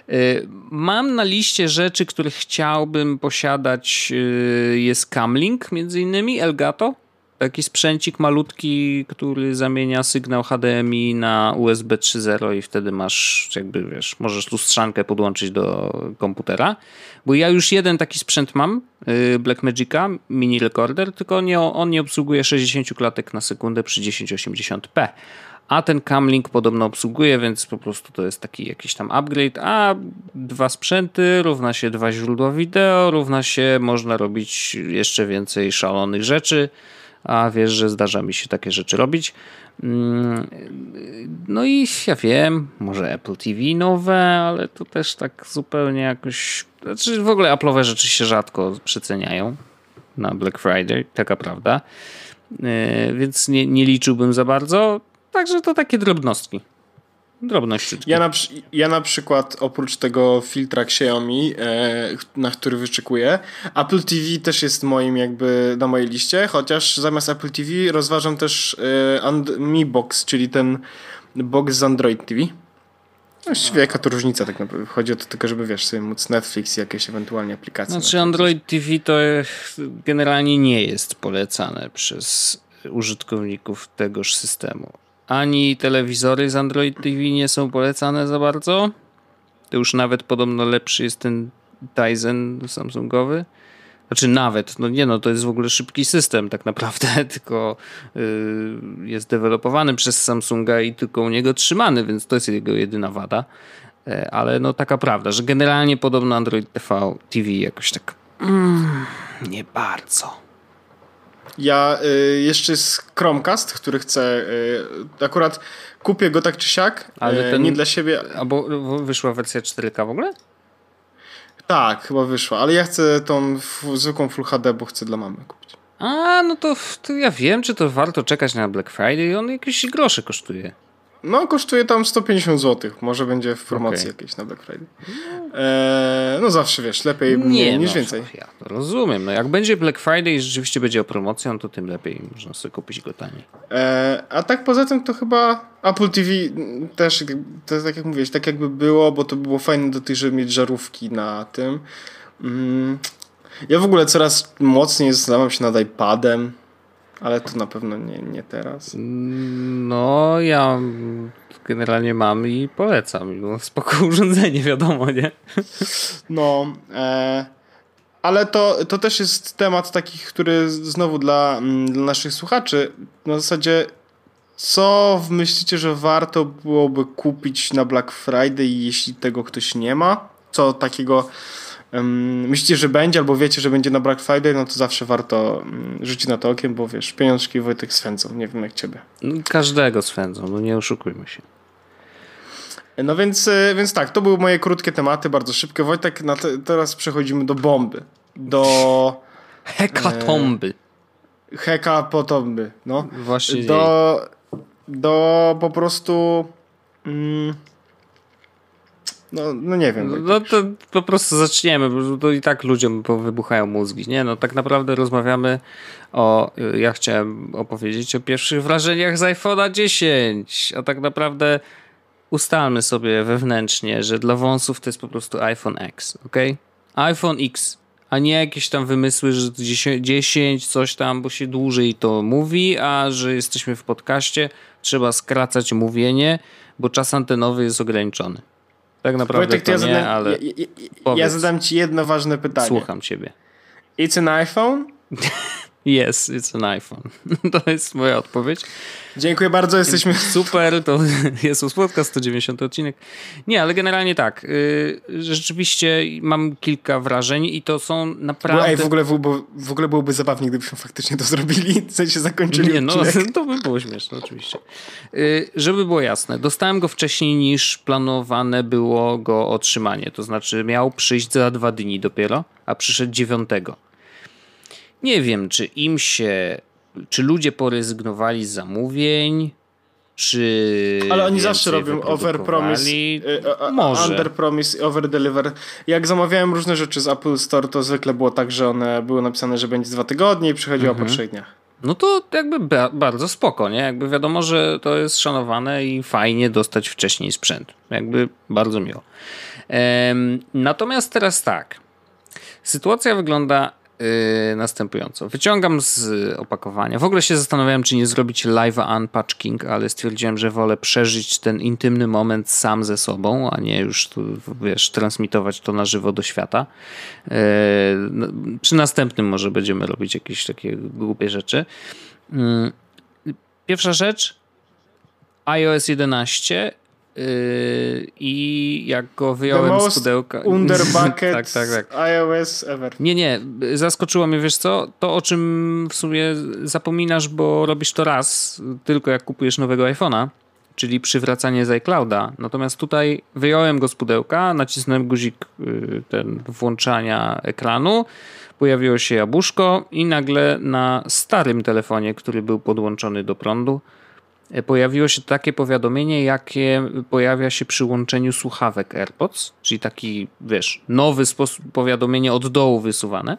Mam na liście rzeczy, które chciałbym posiadać, jest Camlink między innymi, Elgato. Taki sprzęcik malutki, który zamienia sygnał H D M I na U S B trzy zero i wtedy masz, jakby wiesz, możesz lustrzankę podłączyć do komputera. Bo ja już jeden taki sprzęt mam, Blackmagica, mini recorder, tylko nie, on nie obsługuje sześćdziesiąt klatek na sekundę przy tysiąc osiemdziesiąt p. A ten Camlink podobno obsługuje, więc po prostu to jest taki jakiś tam upgrade, a dwa sprzęty równa się dwa źródła wideo, równa się można robić jeszcze więcej szalonych rzeczy. A wiesz, że zdarza mi się takie rzeczy robić. No i ja wiem, może Apple T V nowe, ale to też tak zupełnie jakoś... Znaczy w ogóle Apple'owe rzeczy się rzadko przeceniają na Black Friday, taka prawda. Więc nie, nie liczyłbym za bardzo. Także to takie drobnostki. Drobnościutki. Ja na, ja na przykład oprócz tego filtra Xiaomi, e, na który wyczekuję, Apple T V też jest moim jakby na mojej liście, chociaż zamiast Apple T V rozważam też e, And, Mi Box, czyli ten box z Android T V. Właściwie jaka to różnica tak naprawdę. Chodzi o to tylko, żeby wiesz, sobie móc Netflix i jakieś ewentualnie aplikacje. Znaczy Android T V to generalnie nie jest polecane przez użytkowników tegoż systemu. Ani telewizory z Android T V nie są polecane za bardzo. To już nawet podobno lepszy jest ten Tizen samsungowy. Znaczy nawet, no nie no, to jest w ogóle szybki system tak naprawdę, tylko yy, jest dewelopowany przez Samsunga i tylko u niego trzymany, więc to jest jego jedyna wada. Yy, ale no taka prawda, że generalnie podobno Android T V, T V jakoś tak mm, nie bardzo. Ja y, jeszcze jest Chromecast, który chcę, y, akurat kupię go tak czy siak, ale y, ten, nie dla siebie. Albo wyszła wersja cztery K w ogóle? Tak, chyba wyszła, ale ja chcę tą f- zwykłą Full H D, bo chcę dla mamy kupić. A, no to, to ja wiem, czy to warto czekać na Black Friday, on jakieś grosze kosztuje. No, kosztuje tam sto pięćdziesiąt złotych. Może będzie w promocji okay. jakieś na Black Friday. Eee, no zawsze wiesz, lepiej nie, mniej niż no, więcej. Ja to rozumiem. No jak będzie Black Friday i rzeczywiście będzie o promocją, to tym lepiej. Można sobie kupić go taniej. Eee, a tak poza tym to chyba Apple T V też, to tak jak mówiłeś, tak jakby było, bo to było fajne do tych, żeby mieć żarówki na tym. Mm. Ja w ogóle coraz mocniej zastanawiam się nad iPadem. Ale to na pewno nie, nie teraz. No, ja generalnie mam i polecam. No, spoko urządzenie, wiadomo, nie? No, e, ale to, to też jest temat taki, który znowu dla, dla naszych słuchaczy, na zasadzie co myślicie, że warto byłoby kupić na Black Friday, jeśli tego ktoś nie ma? Co takiego Um, myślicie, że będzie, albo wiecie, że będzie na Black Friday, no to zawsze warto um, rzucić na to okiem, bo wiesz, pieniążki Wojtek swędzą, nie wiem jak ciebie. Każdego swędzą, no nie oszukujmy się. No więc, więc tak, to były moje krótkie tematy, bardzo szybkie. Wojtek, na te, teraz przechodzimy do bomby. Do... Hekatomby. E, hekapotomby, no. Właśnie do, do po prostu... Mm, No, no nie wiem. No to po prostu zaczniemy, bo to i tak ludziom wybuchają mózgi. Nie, no tak naprawdę rozmawiamy o... Ja chciałem opowiedzieć o pierwszych wrażeniach z iPhone'a dziesięć. A tak naprawdę ustalmy sobie wewnętrznie, że dla wąsów to jest po prostu iPhone X, okej? Okay? iPhone X, a nie jakieś tam wymysły, że dziesięć coś tam, bo się dłużej to mówi, a że jesteśmy w podcaście, trzeba skracać mówienie, bo czas antenowy jest ograniczony. Tak naprawdę Wojtek, to, to ja nie, zadam, ale... Ja, ja, ja zadam ci jedno ważne pytanie. Słucham ciebie. It's an iPhone? Yes, it's an iPhone. To jest moja odpowiedź. Dziękuję bardzo, jesteśmy... Super, to jest podcast, sto dziewięćdziesiąty odcinek. Nie, ale generalnie tak. Yy, rzeczywiście mam kilka wrażeń i to są naprawdę... Bo, ej, w ogóle, w, w ogóle byłoby zabawnie, gdybyśmy faktycznie to zrobili, w sensie zakończyli Nie, no, odcinek. To by było śmieszne, oczywiście. Yy, żeby było jasne, dostałem go wcześniej niż planowane było go otrzymanie. To znaczy miał przyjść za dwa dni dopiero, a przyszedł dziewiątego. Nie wiem, czy im się, czy ludzie porezygnowali z zamówień, czy... Ale oni zawsze robią overpromise, Może. underpromise, overdeliver. Jak zamawiałem różne rzeczy z Apple Store, to zwykle było tak, że one były napisane, że będzie dwa tygodnie i przychodziło mhm. po trzech dniach. No to jakby ba- bardzo spoko, nie? Jakby wiadomo, że to jest szanowane i fajnie dostać wcześniej sprzęt. Jakby bardzo miło. Ehm, natomiast teraz tak. Sytuacja wygląda Yy, następująco. Wyciągam z opakowania. W ogóle się zastanawiałem, czy nie zrobić live'a unpacking, ale stwierdziłem, że wolę przeżyć ten intymny moment sam ze sobą, a nie już tu, wiesz, transmitować to na żywo do świata. Yy, no, przy następnym może będziemy robić jakieś takie głupie rzeczy. Yy, pierwsza rzecz. iOS jedenaście Yy, I jak go wyjąłem The most z pudełka... underbucket tak, tak, tak. iOS ever. Nie, nie. Zaskoczyło mnie, wiesz co? To, o czym w sumie zapominasz, bo robisz to raz, tylko jak kupujesz nowego iPhone'a, czyli przywracanie z iClouda. Natomiast tutaj wyjąłem go z pudełka, nacisnąłem guzik yy, ten włączania ekranu, pojawiło się jabłuszko i nagle na starym telefonie, który był podłączony do prądu, pojawiło się takie powiadomienie, jakie pojawia się przy łączeniu słuchawek AirPods, czyli taki, wiesz, nowy sposób, powiadomienie od dołu wysuwane,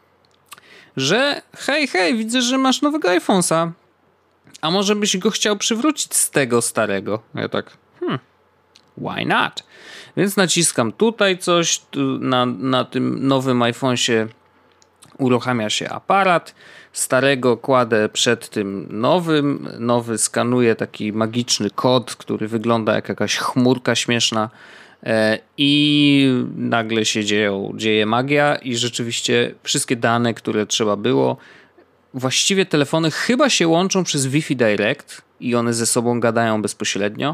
że hej, hej, widzę, że masz nowego iPhone'a, a może byś go chciał przywrócić z tego starego? Ja tak, hmm, why not? Więc naciskam tutaj coś, tu na, na tym nowym iPhone'sie uruchamia się aparat, starego kładę przed tym nowym, nowy skanuje taki magiczny kod, który wygląda jak jakaś chmurka śmieszna e, i nagle się dzieją, dzieje magia i rzeczywiście wszystkie dane, które trzeba było, właściwie telefony chyba się łączą przez Wi-Fi Direct i one ze sobą gadają bezpośrednio,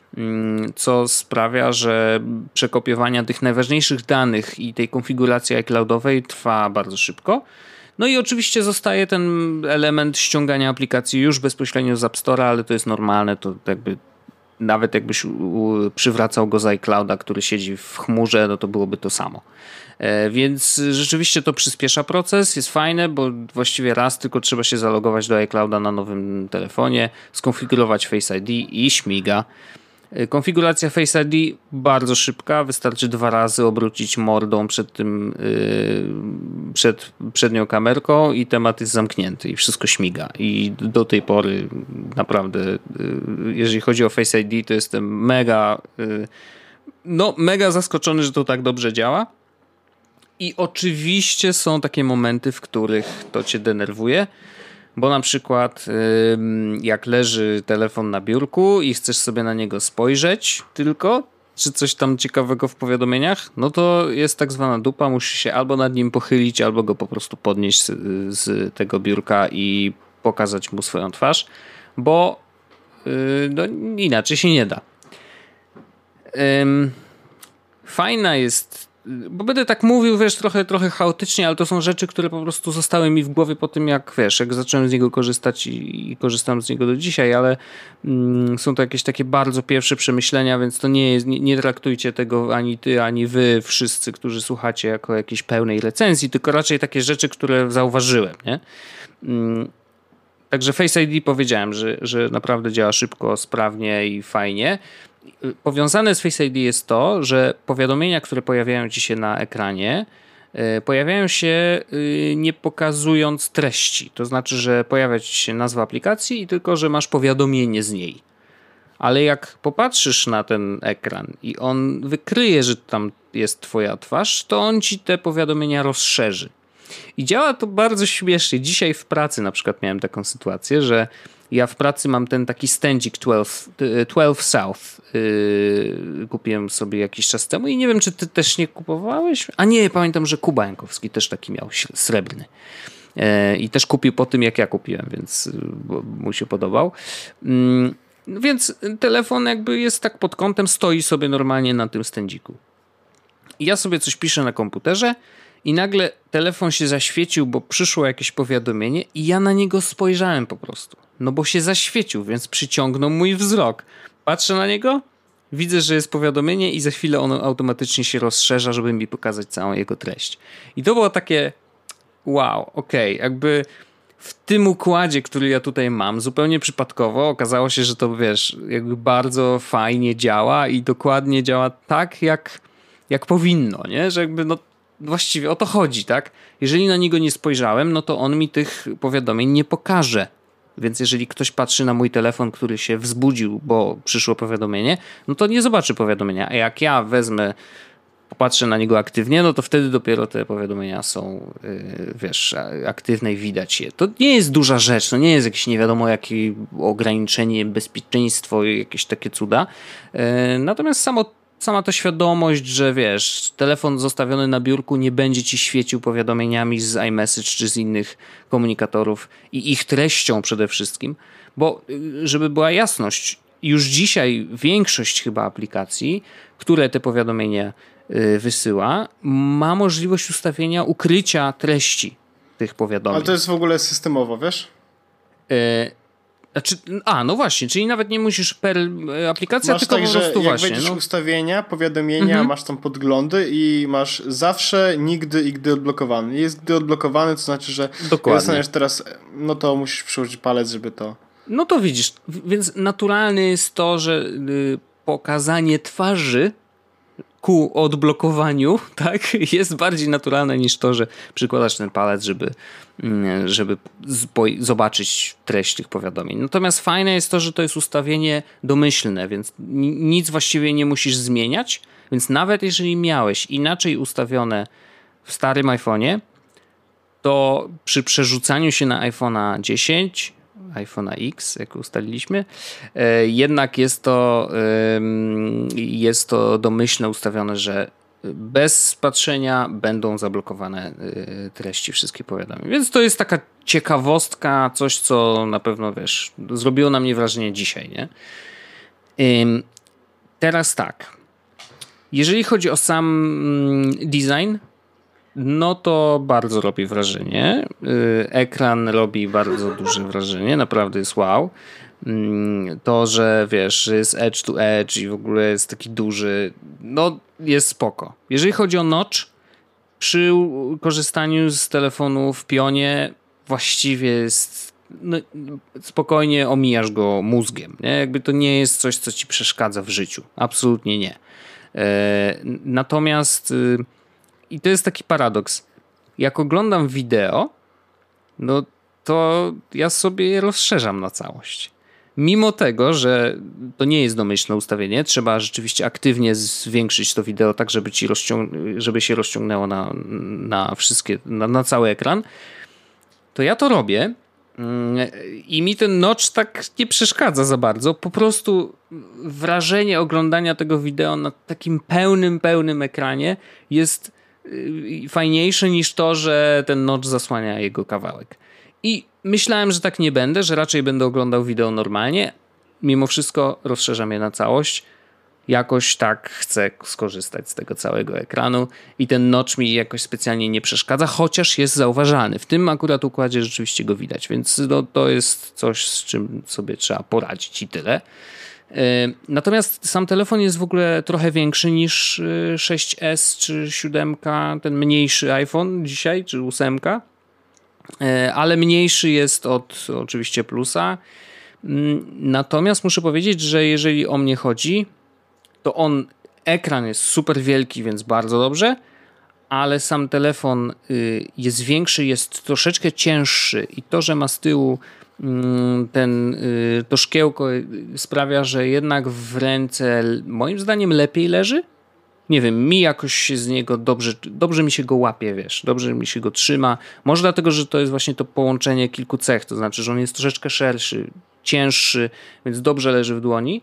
co sprawia, że przekopiowania tych najważniejszych danych i tej konfiguracji iCloudowej trwa bardzo szybko. No i oczywiście zostaje ten element ściągania aplikacji już bezpośrednio z App Store'a, ale to jest normalne, to jakby nawet jakbyś przywracał go z iClouda, który siedzi w chmurze, no to byłoby to samo. E, więc rzeczywiście to przyspiesza proces, jest fajne, bo właściwie raz tylko trzeba się zalogować do iClouda na nowym telefonie, skonfigurować Face I D i śmiga. Konfiguracja Face I D bardzo szybka, wystarczy dwa razy obrócić mordą przed tym, yy, przed przednią kamerką i temat jest zamknięty i wszystko śmiga. I do tej pory naprawdę, yy, jeżeli chodzi o Face I D, to jestem mega, yy, no mega zaskoczony, że to tak dobrze działa. I oczywiście są takie momenty, w których to cię denerwuje. Bo na przykład jak leży telefon na biurku i chcesz sobie na niego spojrzeć tylko, czy coś tam ciekawego w powiadomieniach, no to jest tak zwana dupa, musisz się albo nad nim pochylić, albo go po prostu podnieść z, z tego biurka i pokazać mu swoją twarz, bo no, inaczej się nie da. Fajna jest, bo będę tak mówił, wiesz, trochę, trochę chaotycznie, ale to są rzeczy, które po prostu zostały mi w głowie po tym, jak wiesz, jak zacząłem z niego korzystać i, i korzystam z niego do dzisiaj, ale mm, są to jakieś takie bardzo pierwsze przemyślenia, więc to nie jest, nie, nie traktujcie tego ani ty, ani wy wszyscy, którzy słuchacie, jako jakiejś pełnej recenzji, tylko raczej takie rzeczy, które zauważyłem, nie? Mm, także Face I D powiedziałem, że, że naprawdę działa szybko, sprawnie i fajnie. Powiązane z Face I D jest to, że powiadomienia, które pojawiają ci się na ekranie, pojawiają się nie pokazując treści. To znaczy, że pojawia ci się nazwa aplikacji i tylko, że masz powiadomienie z niej. Ale jak popatrzysz na ten ekran i on wykryje, że tam jest twoja twarz, to on ci te powiadomienia rozszerzy. I działa to bardzo śmiesznie. Dzisiaj w pracy na przykład miałem taką sytuację, że ja w pracy mam ten taki stędzik dwanaście, dwanaście South. Yy, kupiłem sobie jakiś czas temu i nie wiem, czy ty też nie kupowałeś? A nie, pamiętam, że Kuba Jankowski też taki miał, srebrny. Yy, I też kupił po tym, jak ja kupiłem, więc yy, mu się podobał. Yy, więc telefon jakby jest tak pod kątem, stoi sobie normalnie na tym stędziku. I ja sobie coś piszę na komputerze i nagle telefon się zaświecił, bo przyszło jakieś powiadomienie i ja na niego spojrzałem po prostu. No bo się zaświecił, więc przyciągnął mój wzrok. Patrzę na niego, widzę, że jest powiadomienie i za chwilę ono automatycznie się rozszerza, żeby mi pokazać całą jego treść. I to było takie wow, okej, okay, jakby w tym układzie, który ja tutaj mam, zupełnie przypadkowo okazało się, że to wiesz, jakby bardzo fajnie działa i dokładnie działa tak, jak, jak powinno, nie? Że jakby no właściwie o to chodzi, tak? Jeżeli na niego nie spojrzałem, no to on mi tych powiadomień nie pokaże. Więc jeżeli ktoś patrzy na mój telefon, który się wzbudził, bo przyszło powiadomienie, no to nie zobaczy powiadomienia. A jak ja wezmę, popatrzę na niego aktywnie, no to wtedy dopiero te powiadomienia są, yy, wiesz, aktywne i widać je. To nie jest duża rzecz, to nie jest jakieś nie wiadomo jakie ograniczenie, bezpieczeństwo i jakieś takie cuda. Yy, natomiast samo Sama ta świadomość, że wiesz, telefon zostawiony na biurku nie będzie ci świecił powiadomieniami z iMessage czy z innych komunikatorów i ich treścią przede wszystkim, bo żeby była jasność, już dzisiaj większość chyba aplikacji, które te powiadomienia wysyła, ma możliwość ustawienia ukrycia treści tych powiadomień. Ale to jest w ogóle systemowo, wiesz? E, znaczy, a, no właśnie, czyli nawet nie musisz per aplikacja, masz tylko tak, po prostu że jak właśnie. wejdziesz no. ustawienia, powiadomienia, Mhm. masz tam podglądy i masz zawsze, nigdy i gdy odblokowany. Jest gdy odblokowany, to znaczy, że Dokładnie. jak dostaniesz teraz, no to musisz przyłożyć palec, żeby to... No to widzisz, więc naturalne jest to, że y, pokazanie twarzy ku odblokowaniu, tak, jest bardziej naturalne niż to, że przykładasz ten palec, żeby, żeby zobaczyć treść tych powiadomień. Natomiast fajne jest to, że to jest ustawienie domyślne, więc nic właściwie nie musisz zmieniać, więc nawet jeżeli miałeś inaczej ustawione w starym iPhone'ie, to przy przerzucaniu się na iPhone'a dziesięć, iPhone'a X, jak ustaliliśmy, jednak jest to, jest to domyślne ustawione, że bez patrzenia będą zablokowane treści wszystkich powiadomień. Więc to jest taka ciekawostka, coś co na pewno, wiesz, zrobiło na mnie wrażenie dzisiaj, nie? Teraz tak. Jeżeli chodzi o sam design, no to bardzo robi wrażenie. Ekran robi bardzo duże wrażenie, naprawdę jest wow. To, że wiesz, jest edge to edge i w ogóle jest taki duży, no jest spoko. Jeżeli chodzi o notch, przy korzystaniu z telefonu w pionie właściwie jest, no, spokojnie omijasz go mózgiem. Nie? Jakby to nie jest coś, co ci przeszkadza w życiu. Absolutnie nie. Natomiast i to jest taki paradoks. Jak oglądam wideo, no to ja sobie je rozszerzam na całość. Mimo tego, że to nie jest domyślne ustawienie, trzeba rzeczywiście aktywnie zwiększyć to wideo tak, żeby, ci rozciąg- żeby się rozciągnęło na, na wszystkie, na, na cały ekran, to ja to robię i mi ten notch tak nie przeszkadza za bardzo. Po prostu wrażenie oglądania tego wideo na takim pełnym, pełnym ekranie jest fajniejsze niż to, że ten notch zasłania jego kawałek. I myślałem, że tak nie będę, że raczej będę oglądał wideo normalnie. Mimo wszystko rozszerzam je na całość. Jakoś tak chcę skorzystać z tego całego ekranu i ten notch mi jakoś specjalnie nie przeszkadza, chociaż jest zauważalny. W tym akurat układzie rzeczywiście go widać, więc no, to jest coś, z czym sobie trzeba poradzić i tyle. Natomiast sam telefon jest w ogóle trochę większy niż sześć S czy siedem, ten mniejszy iPhone dzisiaj, czy osiem, ale mniejszy jest od oczywiście plusa. Natomiast muszę powiedzieć, że jeżeli o mnie chodzi, to on, ekran jest super wielki, więc bardzo dobrze, ale sam telefon jest większy, jest troszeczkę cięższy i to, że ma z tyłu ten, to szkiełko sprawia, że jednak w ręce moim zdaniem lepiej leży. Nie wiem, mi jakoś się z niego dobrze, dobrze mi się go łapie, wiesz, dobrze mi się go trzyma. Może dlatego, że to jest właśnie to połączenie kilku cech, to znaczy, że on jest troszeczkę szerszy, cięższy, więc dobrze leży w dłoni.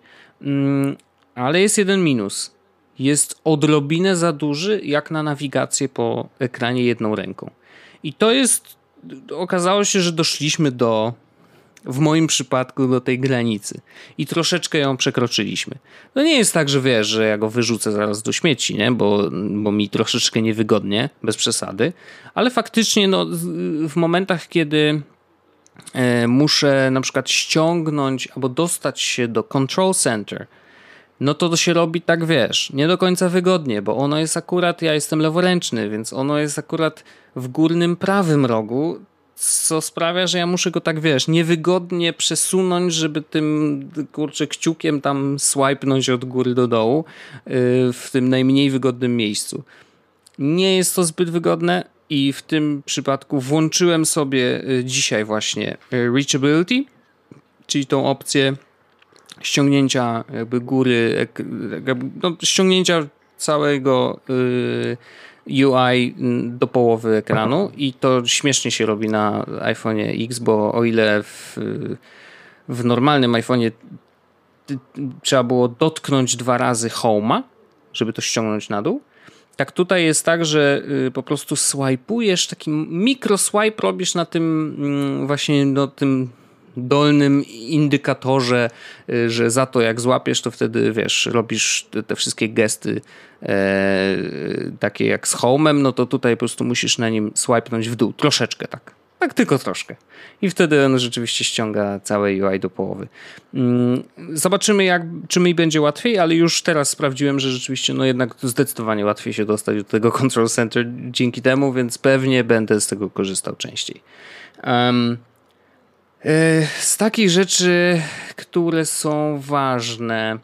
Ale jest jeden minus. Jest odrobinę za duży jak na nawigację po ekranie jedną ręką. I to jest, okazało się, że doszliśmy do, w moim przypadku, do tej granicy. I troszeczkę ją przekroczyliśmy. To nie jest tak, że wiesz, że ja go wyrzucę zaraz do śmieci, nie? Bo, bo mi troszeczkę niewygodnie, bez przesady. Ale faktycznie no, w momentach, kiedy e, muszę na przykład ściągnąć albo dostać się do Control Center, no to to się robi tak, wiesz, nie do końca wygodnie, bo ono jest akurat, ja jestem leworęczny, więc ono jest akurat w górnym prawym rogu, co sprawia, że ja muszę go tak, wiesz, niewygodnie przesunąć, żeby tym, kurczę, kciukiem tam swipenąć od góry do dołu yy, w tym najmniej wygodnym miejscu. Nie jest to zbyt wygodne i w tym przypadku włączyłem sobie dzisiaj właśnie Reachability, czyli tą opcję ściągnięcia jakby góry, jakby, no, ściągnięcia całego y, U I do połowy ekranu i to śmiesznie się robi na iPhone'ie X, bo o ile w, w normalnym iPhone'ie trzeba było dotknąć dwa razy Home'a, żeby to ściągnąć na dół, tak tutaj jest tak, że y, po prostu swajpujesz, taki mikro swipe robisz na tym y, właśnie no, tym dolnym indykatorze, że za to jak złapiesz, to wtedy wiesz, robisz te, te wszystkie gesty e, takie jak z Home'em, no to tutaj po prostu musisz na nim swipenąć w dół, troszeczkę tak. Tak tylko troszkę. I wtedy on rzeczywiście ściąga całe U I do połowy. Zobaczymy, jak, czy mi będzie łatwiej, ale już teraz sprawdziłem, że rzeczywiście no jednak zdecydowanie łatwiej się dostać do tego Control Center dzięki temu, więc pewnie będę z tego korzystał częściej. Um, z takich rzeczy, które są ważne,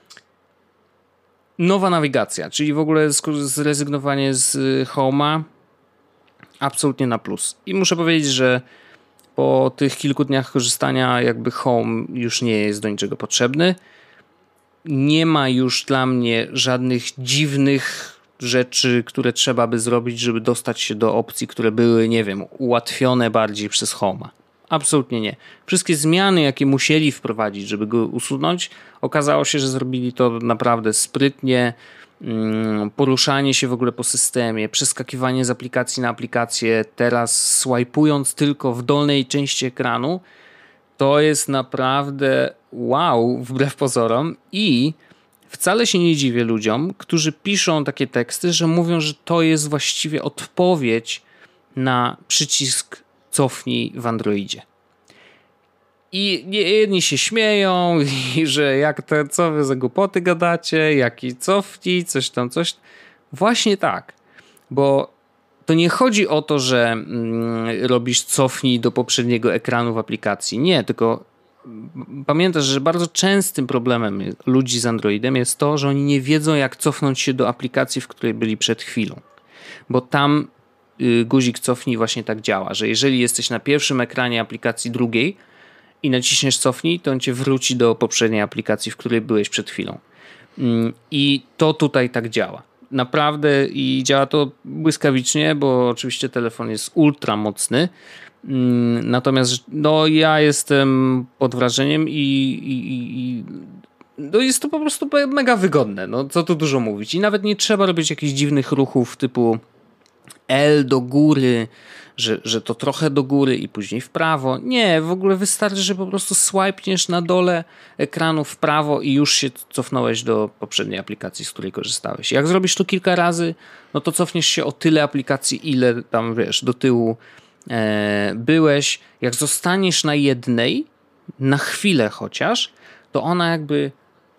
nowa nawigacja, czyli w ogóle zrezygnowanie z Home'a, absolutnie na plus. I muszę powiedzieć, że po tych kilku dniach korzystania jakby Home już nie jest do niczego potrzebny. Nie ma już dla mnie żadnych dziwnych rzeczy, które trzeba by zrobić, żeby dostać się do opcji, które były, nie wiem, ułatwione bardziej przez Home'a. Absolutnie nie. Wszystkie zmiany, jakie musieli wprowadzić, żeby go usunąć, okazało się, że zrobili to naprawdę sprytnie. Poruszanie się w ogóle po systemie, przeskakiwanie z aplikacji na aplikację, teraz swajpując tylko w dolnej części ekranu, to jest naprawdę wow, wbrew pozorom. I wcale się nie dziwię ludziom, którzy piszą takie teksty, że mówią, że to jest właściwie odpowiedź na przycisk cofnij w Androidzie. I jedni się śmieją, i że jak to, co wy za głupoty gadacie, jaki cofnij, coś tam, coś. Właśnie tak, bo to nie chodzi o to, że mm, robisz cofnij do poprzedniego ekranu w aplikacji. Nie, tylko pamiętasz, że bardzo częstym problemem ludzi z Androidem jest to, że oni nie wiedzą, jak cofnąć się do aplikacji, w której byli przed chwilą. Bo tam y, guzik cofnij właśnie tak działa, że jeżeli jesteś na pierwszym ekranie aplikacji drugiej, i naciśniesz cofnij, to on cię wróci do poprzedniej aplikacji, w której byłeś przed chwilą. I to tutaj tak działa. Naprawdę i działa to błyskawicznie, bo oczywiście telefon jest ultra mocny. Natomiast no, ja jestem pod wrażeniem i, i, i no, jest to po prostu mega wygodne. No, co tu dużo mówić. I nawet nie trzeba robić jakichś dziwnych ruchów typu L do góry, Że, że to trochę do góry i później w prawo. Nie, w ogóle wystarczy, że po prostu swipniesz na dole ekranu w prawo i już się cofnąłeś do poprzedniej aplikacji, z której korzystałeś. Jak zrobisz to kilka razy, no to cofniesz się o tyle aplikacji, ile tam, wiesz, do tyłu e, byłeś. Jak zostaniesz na jednej, na chwilę chociaż, to ona jakby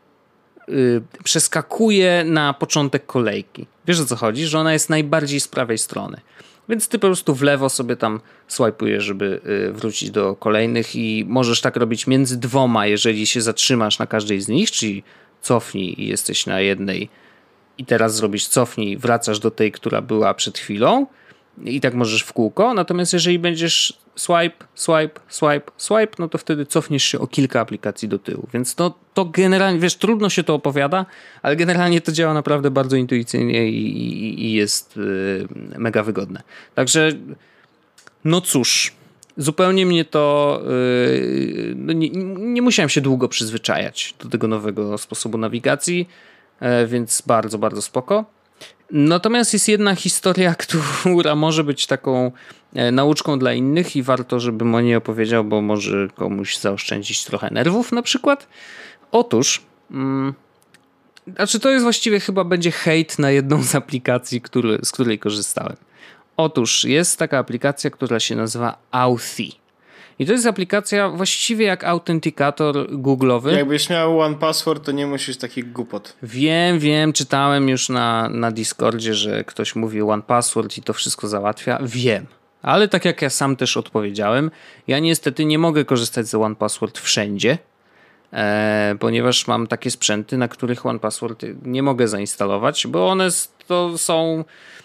y, przeskakuje na początek kolejki. Wiesz, o co chodzi? Że ona jest najbardziej z prawej strony. Więc ty po prostu w lewo sobie tam swajpujesz, żeby wrócić do kolejnych i możesz tak robić między dwoma, jeżeli się zatrzymasz na każdej z nich, czyli cofnij i jesteś na jednej i teraz zrobisz cofnij, wracasz do tej, która była przed chwilą i tak możesz w kółko. Natomiast jeżeli będziesz swipe, swipe, swipe, swipe, no to wtedy cofniesz się o kilka aplikacji do tyłu. Więc to, to generalnie, wiesz, trudno się to opowiada, ale generalnie to działa naprawdę bardzo intuicyjnie i, i, i jest yy, mega wygodne. Także no cóż, zupełnie mnie to yy, no nie, nie musiałem się długo przyzwyczajać do tego nowego sposobu nawigacji, yy, więc bardzo, bardzo spoko. Natomiast jest jedna historia, która może być taką nauczką dla innych i warto, żebym o niej opowiedział, bo może komuś zaoszczędzić trochę nerwów na przykład. Otóż, mm, znaczy to jest właściwie chyba będzie hejt na jedną z aplikacji, który, z której korzystałem. Otóż jest taka aplikacja, która się nazywa Authy. I to jest aplikacja właściwie jak autentykator googlowy. Jakbyś miał One Password, to nie musisz takich głupot. Wiem, wiem, czytałem już na, na Discordzie, że ktoś mówi One Password i to wszystko załatwia. Wiem. Ale tak jak ja sam też odpowiedziałem, ja niestety nie mogę korzystać z One Password wszędzie, e, ponieważ mam takie sprzęty, na których One Password nie mogę zainstalować, bo one to są...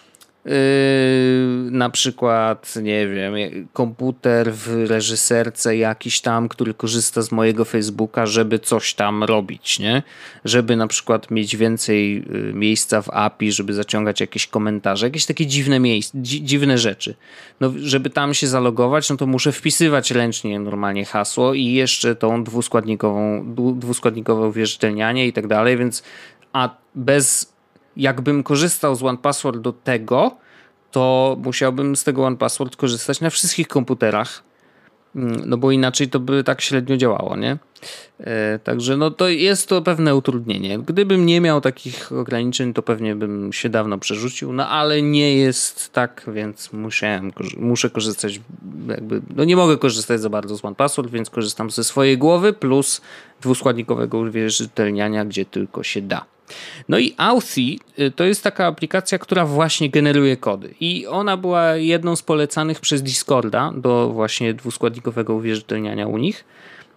Yy, na przykład, nie wiem, komputer w reżyserce jakiś tam, który korzysta z mojego Facebooka, żeby coś tam robić, nie? Żeby na przykład mieć więcej y, miejsca w A P I, żeby zaciągać jakieś komentarze, jakieś takie dziwne miejsca, dzi- dziwne rzeczy. No, żeby tam się zalogować, no to muszę wpisywać ręcznie normalnie hasło i jeszcze tą dwuskładnikową, dwuskładnikowe uwierzytelnianie i tak dalej, więc a bez jakbym korzystał z One Password do tego, to musiałbym z tego One Password korzystać na wszystkich komputerach no bo inaczej to by tak średnio działało, nie? Także no to jest to pewne utrudnienie. Gdybym nie miał takich ograniczeń, to pewnie bym się dawno przerzucił, no ale nie jest tak, więc musiałem, muszę korzystać jakby, no nie mogę korzystać za bardzo z OnePassword, więc korzystam ze swojej głowy plus dwuskładnikowego uwierzytelniania, gdzie tylko się da. No i Authy to jest taka aplikacja, która właśnie generuje kody i ona była jedną z polecanych przez Discorda do właśnie dwuskładnikowego uwierzytelniania u nich.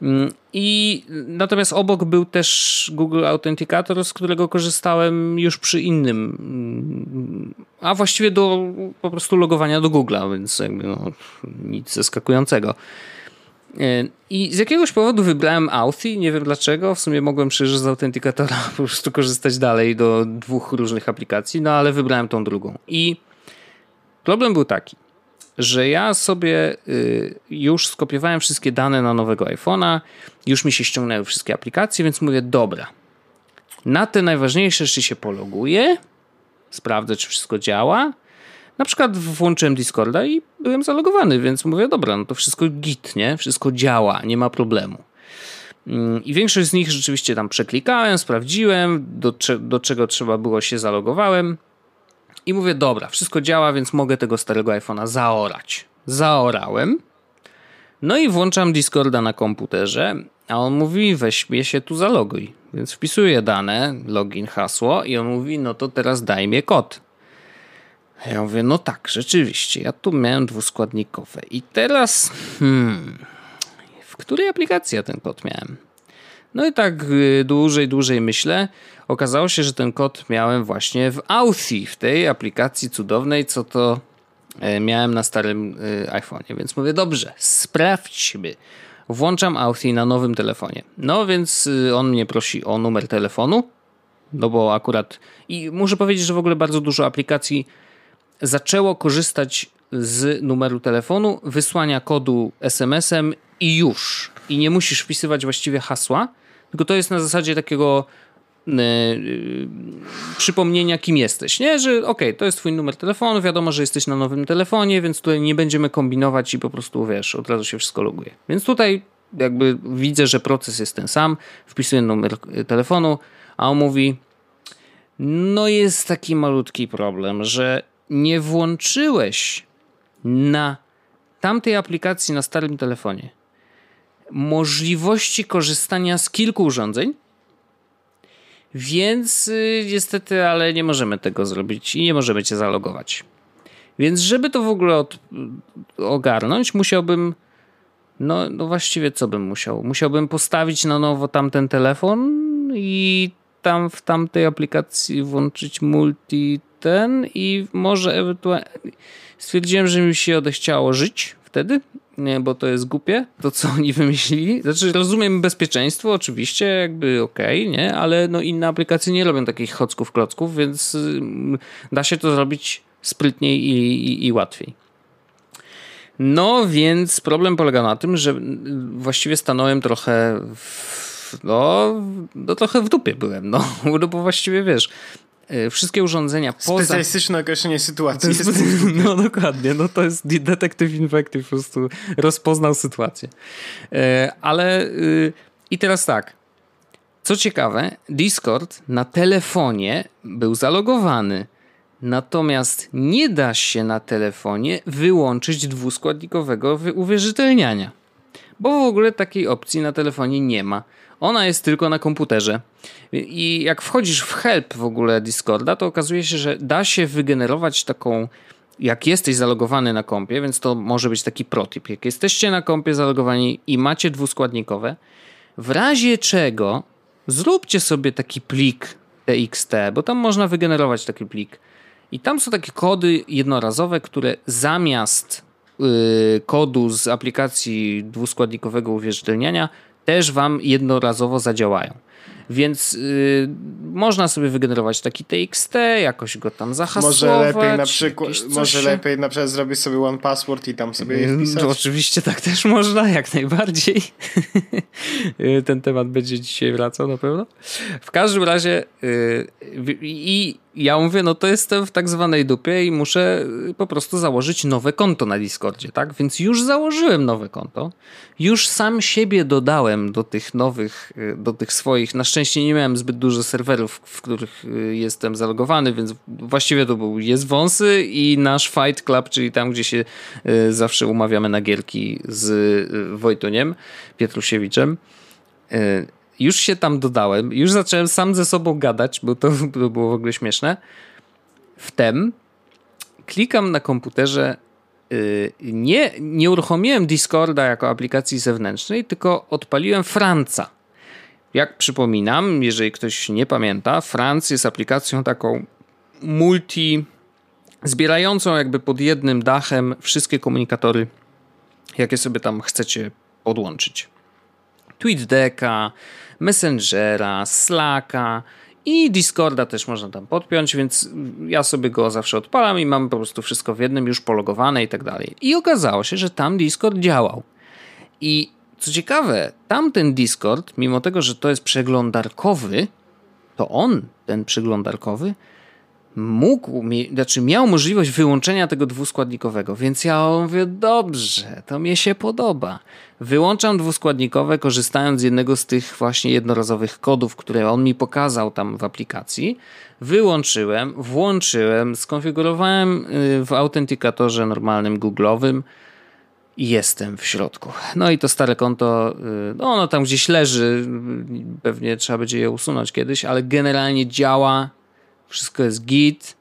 I natomiast obok był też Google Authenticator, z którego korzystałem już przy innym, a właściwie do po prostu logowania do Google'a, więc jakby no, nic zaskakującego. I z jakiegoś powodu wybrałem Authy, nie wiem dlaczego, w sumie mogłem przecież z Authenticatora po prostu korzystać dalej do dwóch różnych aplikacji, no ale wybrałem tą drugą. I problem był taki, że ja sobie już skopiowałem wszystkie dane na nowego iPhone'a, już mi się ściągnęły wszystkie aplikacje, więc mówię, dobra, na te najważniejsze rzeczy się pologuję, sprawdzę, czy wszystko działa. Na przykład włączyłem Discorda i byłem zalogowany, więc mówię, dobra, no to wszystko git, nie? Wszystko działa, nie ma problemu. I większość z nich rzeczywiście tam przeklikałem, sprawdziłem, do, do czego trzeba było się zalogowałem. I mówię, dobra, wszystko działa, więc mogę tego starego iPhone'a zaorać. Zaorałem. No i włączam Discorda na komputerze, a on mówi, weź mnie się tu zaloguj. Więc wpisuję dane, login, hasło i on mówi, no to teraz daj mi kod. Ja mówię, no tak, rzeczywiście, ja tu miałem dwuskładnikowe. I teraz, hmm, w której aplikacji ja ten kod miałem? No i tak dłużej, dłużej myślę. Okazało się, że ten kod miałem właśnie w Authy, w tej aplikacji cudownej, co to miałem na starym iPhone'ie. Więc mówię, dobrze, sprawdźmy. Włączam Authy na nowym telefonie. No więc on mnie prosi o numer telefonu, no bo akurat... I muszę powiedzieć, że w ogóle bardzo dużo aplikacji zaczęło korzystać z numeru telefonu, wysłania kodu es em esem i już. I nie musisz wpisywać właściwie hasła, tylko to jest na zasadzie takiego yy, yy, przypomnienia, kim jesteś, nie? Że okej, okay, to jest twój numer telefonu, wiadomo, że jesteś na nowym telefonie, więc tutaj nie będziemy kombinować i po prostu, wiesz, od razu się wszystko loguje. Więc tutaj jakby widzę, że proces jest ten sam, wpisuję numer telefonu, a on mówi, no jest taki malutki problem, że nie włączyłeś na tamtej aplikacji na starym telefonie możliwości korzystania z kilku urządzeń, więc yy, niestety, ale nie możemy tego zrobić i nie możemy cię zalogować. Więc żeby to w ogóle od, ogarnąć, musiałbym, no, no właściwie co bym musiał? Musiałbym postawić na nowo tamten telefon i tam w tamtej aplikacji włączyć multi ten i może ewentualnie stwierdziłem, że mi się odechciało żyć wtedy, nie, bo to jest głupie, to co oni wymyślili. Znaczy rozumiem bezpieczeństwo, oczywiście, jakby okej, okay, nie, ale no inne aplikacje nie robią takich chocków klocków, więc y, da się to zrobić sprytniej i, i, i łatwiej. No więc problem polega na tym, że właściwie stanąłem trochę w, no, no trochę w dupie byłem, no, no bo właściwie wiesz, wszystkie urządzenia poza... Specjalistyczne określenie sytuacji. Jest... No dokładnie, no to jest detektyw infective, po prostu rozpoznał sytuację. Ale i teraz tak, co ciekawe, Discord na telefonie był zalogowany, natomiast nie da się na telefonie wyłączyć dwuskładnikowego uwierzytelniania, bo w ogóle takiej opcji na telefonie nie ma. Ona jest tylko na komputerze. I jak wchodzisz w help w ogóle Discorda, to okazuje się, że da się wygenerować taką, jak jesteś zalogowany na kompie, więc to może być taki protip. Jak jesteście na kompie zalogowani i macie dwuskładnikowe, w razie czego zróbcie sobie taki plik T X T, bo tam można wygenerować taki plik. I tam są takie kody jednorazowe, które zamiast yy, kodu z aplikacji dwuskładnikowego uwierzytelniania też wam jednorazowo zadziałają. Więc yy, można sobie wygenerować taki T X T, jakoś go tam zahasłować. Może lepiej na przykład, może lepiej na przykład zrobić sobie one password i tam sobie je wpisać. No, oczywiście tak też można, jak najbardziej. Ten temat będzie dzisiaj wracał na pewno. W każdym razie yy, i ja mówię, no to jestem w tak zwanej dupie i muszę po prostu założyć nowe konto na Discordzie, tak? Więc już założyłem nowe konto. Już sam siebie dodałem do tych nowych, do tych swoich. Na szczęście nie miałem zbyt dużo serwerów, w których jestem zalogowany, więc właściwie to był Jest Wąsy i nasz Fight Club, czyli tam, gdzie się zawsze umawiamy na gierki z Wojtuniem Pietrusiewiczem. Już się tam dodałem, już zacząłem sam ze sobą gadać, bo to, to było w ogóle śmieszne. Wtem klikam na komputerze, yy, nie, nie uruchomiłem Discorda jako aplikacji zewnętrznej, tylko odpaliłem Franca. Jak przypominam, jeżeli ktoś nie pamięta, Franc jest aplikacją taką multi, zbierającą jakby pod jednym dachem wszystkie komunikatory, jakie sobie tam chcecie podłączyć. TweetDecka, Messengera, Slacka i Discorda też można tam podpiąć, więc ja sobie go zawsze odpalam i mam po prostu wszystko w jednym już pologowane i tak dalej. I okazało się, że tam Discord działał. I co ciekawe, tamten Discord, mimo tego, że to jest przeglądarkowy, to on, ten przeglądarkowy, mógł, znaczy miał możliwość wyłączenia tego dwuskładnikowego, więc ja mówię, dobrze, to mi się podoba. Wyłączam dwuskładnikowe, korzystając z jednego z tych właśnie jednorazowych kodów, które on mi pokazał tam w aplikacji. Wyłączyłem, włączyłem, skonfigurowałem w autentykatorze normalnym Google'owym i jestem w środku. No i to stare konto, no ono tam gdzieś leży, pewnie trzeba będzie je usunąć kiedyś, ale generalnie działa. Wszystko jest git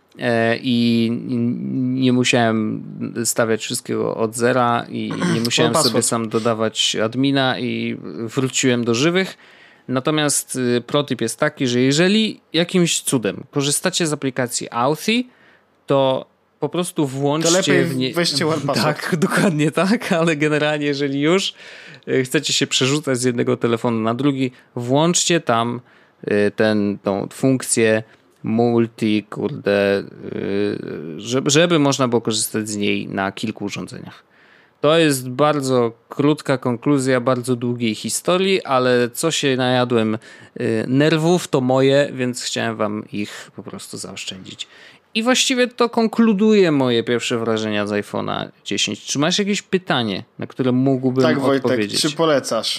i nie musiałem stawiać wszystkiego od zera i nie musiałem sobie sam dodawać admina i wróciłem do żywych. Natomiast protip jest taki, że jeżeli jakimś cudem korzystacie z aplikacji Authy, to po prostu włączcie... To lepiej w nie... weźcie one password. Tak, dokładnie tak, ale generalnie jeżeli już chcecie się przerzucać z jednego telefonu na drugi, włączcie tam ten, tą funkcję multi, kurde, żeby, żeby można było korzystać z niej na kilku urządzeniach. To jest bardzo krótka konkluzja bardzo długiej historii, ale co się najadłem nerwów, to moje, więc chciałem wam ich po prostu zaoszczędzić. I właściwie to konkluduje moje pierwsze wrażenia z iPhone'a dziesięć. Czy masz jakieś pytanie, na które mógłbym tak, Wojtek, odpowiedzieć? Czy polecasz?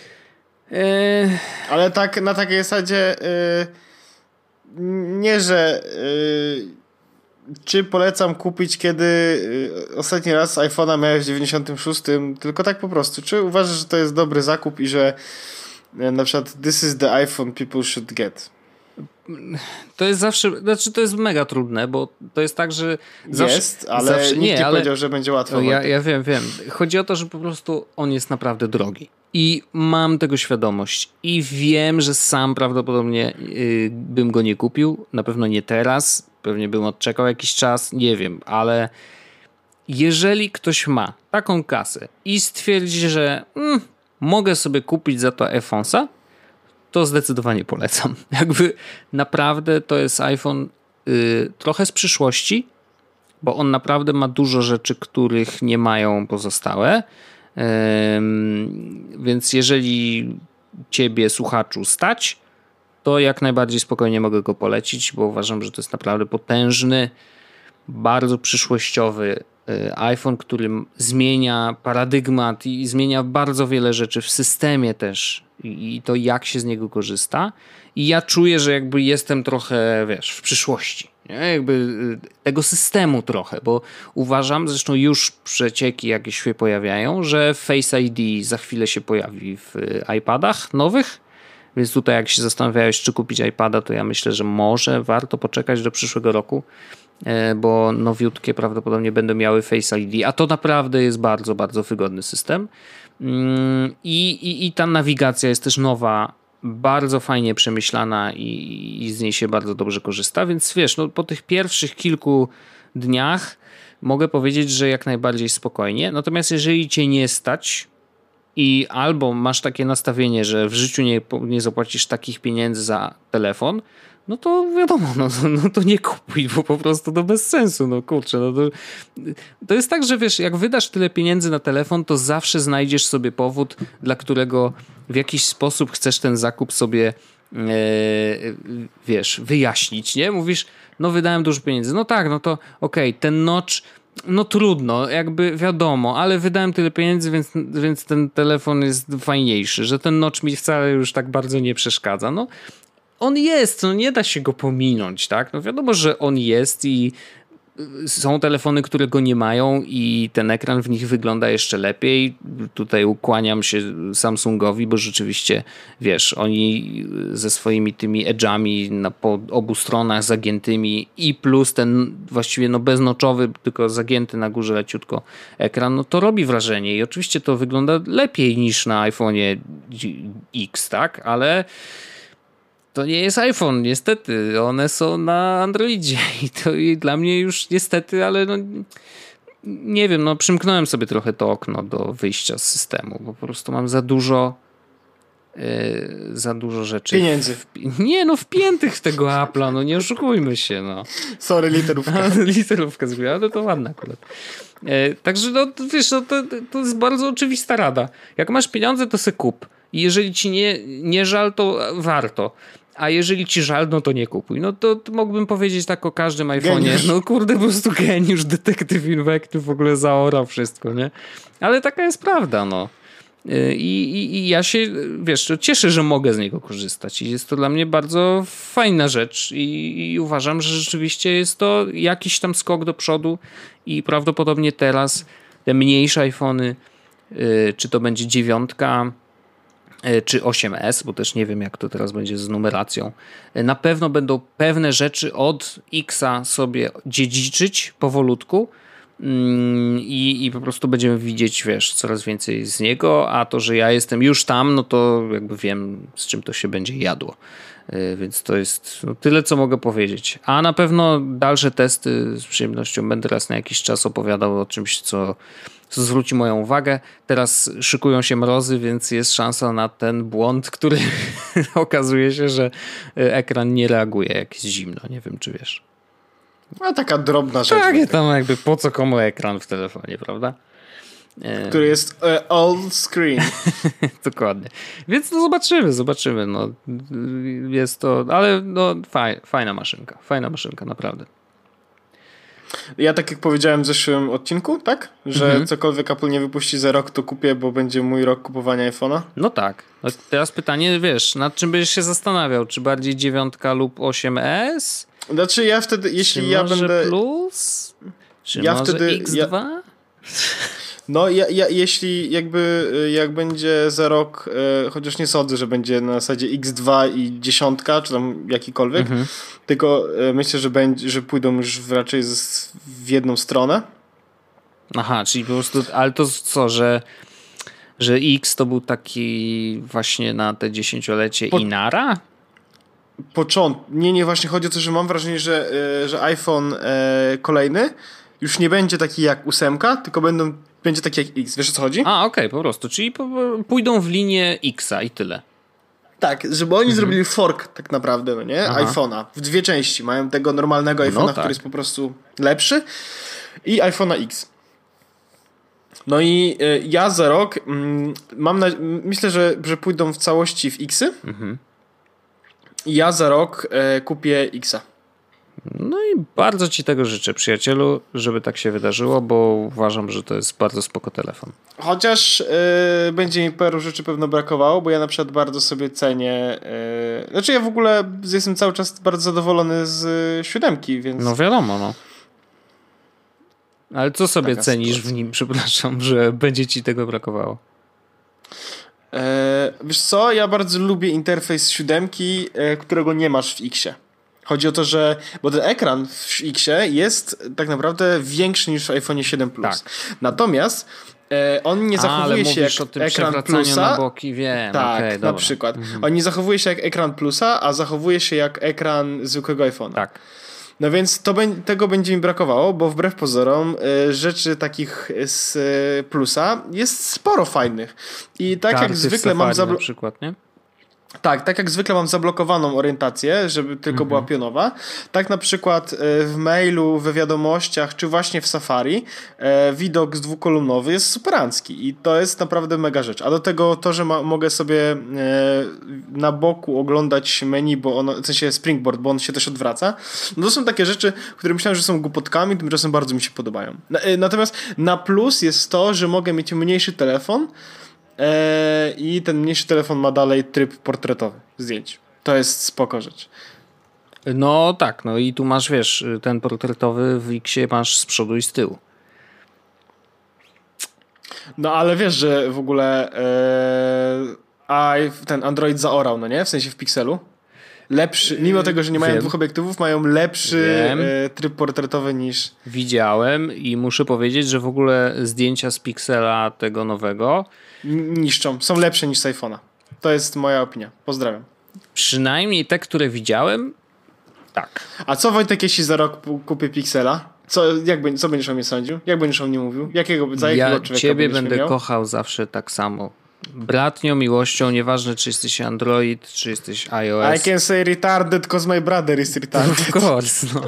E... Ale tak na takiej zasadzie yy, nie, że yy, czy polecam kupić, kiedy yy, ostatni raz iPhone'a miałeś w dziewięćdziesiątym szóstym, tylko tak po prostu. Czy uważasz, że to jest dobry zakup i że yy, na przykład this is the iPhone people should get? To jest zawsze, znaczy to jest mega trudne, bo to jest tak, że zawsze, jest, ale zawsze, nikt nie, nie ale, powiedział, że będzie łatwo. Ja, ja wiem, wiem. Chodzi o to, że po prostu on jest naprawdę drogi. I mam tego świadomość. I wiem, że sam prawdopodobnie yy, bym go nie kupił. Na pewno nie teraz. Pewnie bym odczekał jakiś czas. Nie wiem, ale jeżeli ktoś ma taką kasę i stwierdzi, że mm, mogę sobie kupić za to iPhone'a, to zdecydowanie polecam. Jakby naprawdę to jest iPhone yy, trochę z przyszłości, bo on naprawdę ma dużo rzeczy, których nie mają pozostałe. Yy, więc jeżeli ciebie, słuchaczu, stać, to jak najbardziej spokojnie mogę go polecić, bo uważam, że to jest naprawdę potężny, bardzo przyszłościowy iPhone, który zmienia paradygmat i zmienia bardzo wiele rzeczy w systemie też i to jak się z niego korzysta. I ja czuję, że jakby jestem trochę, wiesz, w przyszłości. Nie? Jakby tego systemu trochę, bo uważam, zresztą już przecieki jakieś się pojawiają, że Face I D za chwilę się pojawi w iPadach nowych, więc tutaj jak się zastanawiałeś, czy kupić iPada, to ja myślę, że może warto poczekać do przyszłego roku, bo nowiutkie prawdopodobnie będą miały Face I D, a to naprawdę jest bardzo, bardzo wygodny system. I, i, i ta nawigacja jest też nowa, bardzo fajnie przemyślana i, i z niej się bardzo dobrze korzysta, więc wiesz, no, po tych pierwszych kilku dniach mogę powiedzieć, że jak najbardziej spokojnie, natomiast jeżeli cię nie stać i albo masz takie nastawienie, że w życiu nie, nie zapłacisz takich pieniędzy za telefon, no to wiadomo, no, no to nie kupuj, bo po prostu to bez sensu, no kurczę. No to, to jest tak, że wiesz, jak wydasz tyle pieniędzy na telefon, to zawsze znajdziesz sobie powód, dla którego w jakiś sposób chcesz ten zakup sobie e, wiesz, wyjaśnić, nie? Mówisz, no wydałem dużo pieniędzy, no tak, no to okej, okay, ten notch, no trudno, jakby wiadomo, ale wydałem tyle pieniędzy, więc, więc ten telefon jest fajniejszy, że ten notch mi wcale już tak bardzo nie przeszkadza, no. On jest, no nie da się go pominąć, tak? No wiadomo, że on jest i są telefony, które go nie mają i ten ekran w nich wygląda jeszcze lepiej. Tutaj ukłaniam się Samsungowi, bo rzeczywiście, wiesz, oni ze swoimi tymi edge'ami na, po obu stronach zagiętymi i plus ten właściwie no beznoczowy, tylko zagięty na górze leciutko ekran, no to robi wrażenie i oczywiście to wygląda lepiej niż na iPhone'ie X, tak? Ale to nie jest iPhone, niestety. One są na Androidzie i to i dla mnie już niestety, ale no nie wiem, no przymknąłem sobie trochę to okno do wyjścia z systemu, bo po prostu mam za dużo yy, za dużo rzeczy. Pieniędzy. W, nie, no wpiętych w tego Apple'a, no nie oszukujmy się, no. Sorry, literówka. Literówka zrobiła, ale to ładna akurat. Yy, także no wiesz, no, to, to jest bardzo oczywista rada. Jak masz pieniądze, to se kup. I jeżeli ci nie, nie żal, to warto. A jeżeli ci żal, no to nie kupuj. No to, to mógłbym powiedzieć tak o każdym iPhone'ie. Geniusz. No kurde, po prostu geniusz, detektyw, inwektyw, w ogóle zaorał wszystko, nie? Ale taka jest prawda, no. I, i, I ja się, wiesz, cieszę, że mogę z niego korzystać. I jest to dla mnie bardzo fajna rzecz. I, i uważam, że rzeczywiście jest to jakiś tam skok do przodu i prawdopodobnie teraz te mniejsze iPhony, yy, czy to będzie dziewiątka, czy osiem S, bo też nie wiem, jak to teraz będzie z numeracją. Na pewno będą pewne rzeczy od X'a sobie dziedziczyć powolutku i, i po prostu będziemy widzieć, wiesz, coraz więcej z niego, a to, że ja jestem już tam, no to jakby wiem, z czym to się będzie jadło. Więc to jest no, tyle, co mogę powiedzieć. A na pewno dalsze testy z przyjemnością będę raz na jakiś czas opowiadał o czymś, co co zwróci moją uwagę. Teraz szykują się mrozy, więc jest szansa na ten błąd, który okazuje się, że ekran nie reaguje, jak jest zimno. Nie wiem, czy wiesz. A taka drobna rzecz. Tak, tam jakby po co komu ekran w telefonie, prawda? Który jest uh, all screen. Dokładnie. Więc no zobaczymy, zobaczymy. No, jest to, ale no faj, fajna maszynka. Fajna maszynka, naprawdę. Ja tak jak powiedziałem w zeszłym odcinku, tak? Że mhm. cokolwiek Apple nie wypuści za rok, to kupię, bo będzie mój rok kupowania iPhone'a. No tak. No teraz pytanie, wiesz, nad czym będziesz się zastanawiał? Czy bardziej dziewiątka lub osiem S? Znaczy ja wtedy, jeśli czy ja może będę... plus? Czy ja może wtedy, X dwa? Ja... No ja, ja, jeśli jakby jak będzie za rok, e, chociaż nie sądzę, że będzie na zasadzie X dwa i dziesiątka, czy tam jakikolwiek, mhm. tylko e, myślę, że będzie, że pójdą już w, raczej z, w jedną stronę. Aha, czyli po prostu, ale to co, że że X to był taki właśnie na te dziesięciolecie po... i nara? Począt... Nie, nie, właśnie chodzi o to, że mam wrażenie, że, e, że iPhone e, kolejny już nie będzie taki jak ósemka, tylko będą będzie taki jak X. Wiesz, o co chodzi? A, okej, okay, po prostu. Czyli po, pójdą w linię X'a i tyle. Tak, żeby oni mhm. zrobili fork tak naprawdę, no nie? Aha. iPhone'a. W dwie części. Mają tego normalnego iPhone'a, no tak. który jest po prostu lepszy i iPhone'a X. No i y, ja za rok y, mam na, myślę, że, że pójdą w całości w X'y. Mhm. I ja za rok y, kupię X'a. No i bardzo ci tego życzę, przyjacielu, żeby tak się wydarzyło, bo uważam, że to jest bardzo spoko telefon. Chociaż yy, będzie mi paru rzeczy pewno brakowało, bo ja na przykład bardzo sobie cenię... Yy, znaczy ja w ogóle jestem cały czas bardzo zadowolony z y, siódemki, więc... No wiadomo, no. Ale co sobie Taka cenisz sytuacja. w nim, przepraszam, że będzie ci tego brakowało? Yy, wiesz co, ja bardzo lubię interfejs siódemki, yy, którego nie masz w Xie. Chodzi o to, że... Bo ten ekran w Xie jest tak naprawdę większy niż w iPhone siedem Plus. Tak. Natomiast e, on nie zachowuje A, się jak o tym ekran Plusa. Na boki, wiem. Tak, okay, na dobra. przykład. Mhm. On nie zachowuje się jak ekran Plusa, a zachowuje się jak ekran zwykłego iPhone'a. Tak. No więc to be- tego będzie mi brakowało, bo wbrew pozorom y, rzeczy takich z y, plusa jest sporo fajnych. I tak Karty jak w zwykle mam Safari zablo- na przykład, nie? Tak, tak jak zwykle mam zablokowaną orientację, żeby tylko Mhm. była pionowa. Tak na przykład y, w mailu, we wiadomościach, czy właśnie w Safari y, widok z dwukolumnowy jest superancki i to jest naprawdę mega rzecz. A do tego to, że ma, mogę sobie y, na boku oglądać menu, bo ono, w sensie Springboard, bo on się też odwraca. No to są takie rzeczy, które myślałem, że są głupotkami, tymczasem bardzo mi się podobają. Na, y, natomiast na plus jest to, że mogę mieć mniejszy telefon, Eee, i ten mniejszy telefon ma dalej tryb portretowy zdjęć. To jest spoko rzecz. No tak, no i tu masz, wiesz, ten portretowy w Xie masz z przodu i z tyłu. No ale wiesz, że w ogóle eee, a ten Android zaorał, no nie? W sensie w Pixelu. Lepszy, mimo tego, że nie mają Wiem. dwóch obiektywów, mają lepszy Wiem. e, tryb portretowy niż... Widziałem i muszę powiedzieć, że w ogóle zdjęcia z Pixela tego nowego niszczą. Są lepsze niż z iPhone'a. To jest moja opinia. Pozdrawiam. przynajmniej te, które widziałem, tak. A co Wojtek, jeśli za rok pu- kupię Pixela? Co, jak, będzie- co będziesz o mnie sądził? Jak będziesz o mnie mówił? Jakiego, za jakiego Ja człowieka ciebie będziesz będę miał? kochał zawsze tak samo. Bratnią, miłością, nieważne czy jesteś Android, czy jesteś iOS. I can say retarded cause my brother is retarded. Of course, no.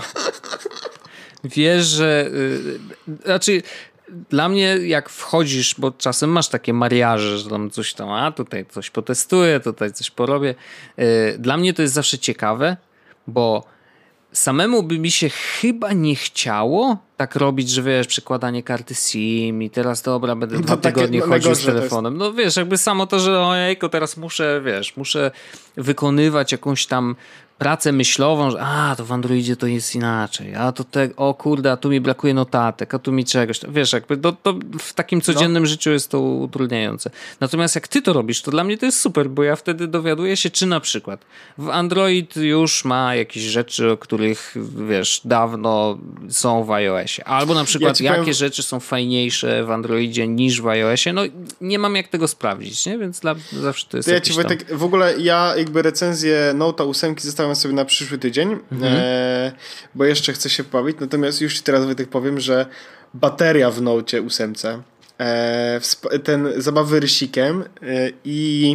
Wiesz, że... Y, znaczy... Dla mnie, jak wchodzisz, bo czasem masz takie mariaże, że tam coś tam, a tutaj coś potestuję, tutaj coś porobię. Yy, dla mnie to jest zawsze ciekawe, bo samemu by mi się chyba nie chciało tak robić, że wiesz, przekładanie karty SIM i teraz dobra, będę No dwa takie tygodnie chodził z najgorsze to jest. telefonem. No wiesz, jakby samo to, że ojejku, teraz muszę, wiesz, muszę wykonywać jakąś tam pracę myślową, że a, to w Androidzie to jest inaczej, a to te, o kurde, a tu mi brakuje notatek, a tu mi czegoś. Wiesz, jakby to, to w takim codziennym no. życiu jest to utrudniające. Natomiast jak ty to robisz, to dla mnie to jest super, bo ja wtedy dowiaduję się, czy na przykład w Android już ma jakieś rzeczy, o których, wiesz, dawno są w iOSie. Albo na przykład ja jakie powiem... rzeczy są fajniejsze w Androidzie niż w iOSie. No nie mam jak tego sprawdzić, nie? Więc dla, zawsze to jest to ja ci, tam... Wojtek, w ogóle ja jakby recenzję Note'a ósem zostawiam sobie na przyszły tydzień, mhm. e, bo jeszcze chcę się pobawić. Natomiast już teraz Wojtek powiem, że bateria w Note'cie ósem, e, ten zabawy rysikiem e, i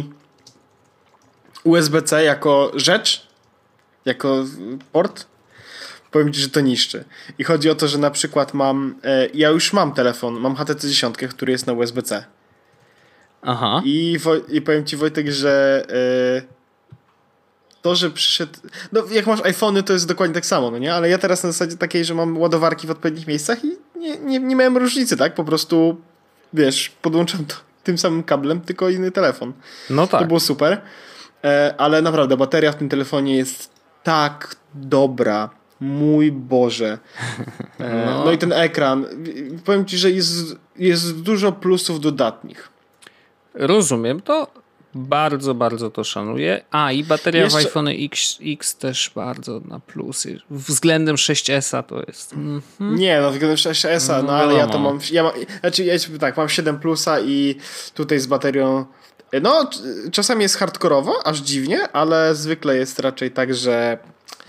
U S B C jako rzecz, jako port, powiem ci, że to niszczy. I chodzi o to, że na przykład mam, e, ja już mam telefon, mam H T C dziesięć, który jest na U S B C. Aha. I, I powiem ci, Wojtek, że e, to, że przyszedł... No jak masz iPhony, to jest dokładnie tak samo, no nie? Ale ja teraz na zasadzie takiej, że mam ładowarki w odpowiednich miejscach i nie, nie, nie miałem różnicy, tak? Po prostu, wiesz, podłączam to tym samym kablem, tylko inny telefon. No tak. To było super. E, ale naprawdę, bateria w tym telefonie jest tak dobra. Mój Boże. E, no. no i ten ekran. Powiem ci, że jest, jest dużo plusów dodatnich. Rozumiem to. Bardzo, bardzo to szanuję. A i bateria Jeszcze... w iPhone X, X też bardzo na plusy. Względem sześć S to jest. Mm-hmm. Nie, no względem sześć S, no, no ale ja to mam. Ja mam znaczy, ja tak, mam siedem plusa i tutaj z baterią. No, czasami jest hardkorowo, aż dziwnie, ale zwykle jest raczej tak, że.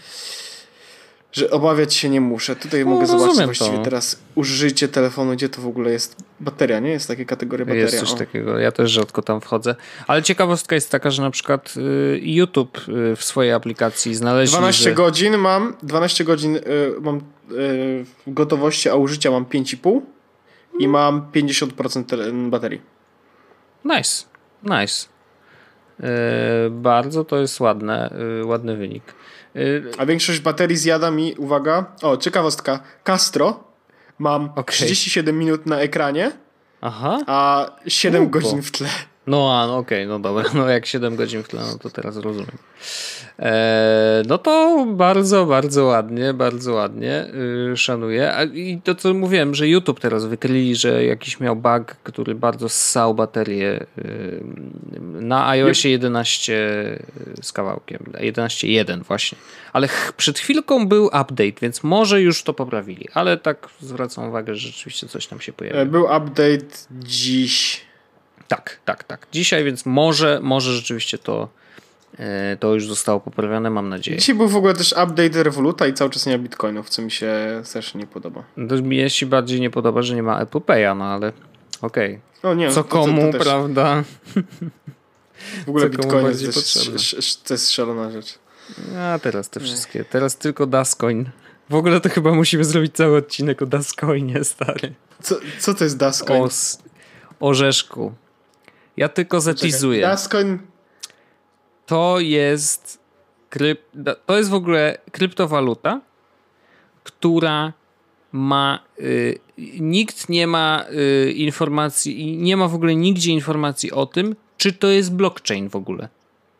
że obawiać się nie muszę. Tutaj no, mogę zobaczyć właściwie to. Teraz użycie telefonu, gdzie to w ogóle jest bateria, nie? Jest takie kategorie bateria. Jest coś o. takiego, ja też rzadko tam wchodzę. Ale ciekawostka jest taka, że na przykład y, YouTube y, w swojej aplikacji znaleźli, dwanaście że... godzin mam, dwanaście godzin y, mam y, gotowości, a użycia mam pięć i pół i hmm. mam pięćdziesiąt procent baterii. Nice, nice. Y, bardzo to jest ładne, y, ładny wynik. A większość baterii zjada mi, uwaga, o, ciekawostka, Castro mam okay. trzydzieści siedem minut na ekranie, aha. a siedem Upo. godzin w tle. No, a, no okej, okay, no dobra, no jak siedem godzin w tle, no to teraz rozumiem. Eee, no to bardzo, bardzo ładnie, bardzo ładnie, yy, szanuję. A, i to co mówiłem, że YouTube teraz wykryli, że jakiś miał bug, który bardzo ssał baterię yy, na iOSie jedenaście z kawałkiem, jedenaście jeden właśnie. Ale ch- przed chwilką był update, więc może już to poprawili, ale tak zwracam uwagę, że rzeczywiście coś tam się pojawiło. Był update dziś. Tak, tak, tak. Dzisiaj, więc może, może rzeczywiście to To już zostało poprawione, mam nadzieję. Dzisiaj był w ogóle też update Revoluta i cały czas nie ma bitcoinów, co mi się też nie podoba. To mnie się bardziej nie podoba, że nie ma Apple Pay'a, no ale okej. Okay. Co to, komu, to, to też... prawda? W ogóle bitcoin to jest, to jest szalona rzecz. A teraz te wszystkie. Teraz tylko Dascoin. W ogóle to chyba musimy zrobić cały odcinek o Dascoinie, stary. Co, co to jest Dascoin? O orzeszku. Ja tylko zatizuję. Dascoin... To jest kryp... to jest w ogóle kryptowaluta, która ma y, nikt nie ma y, informacji, nie ma w ogóle nigdzie informacji o tym, czy to jest blockchain w ogóle.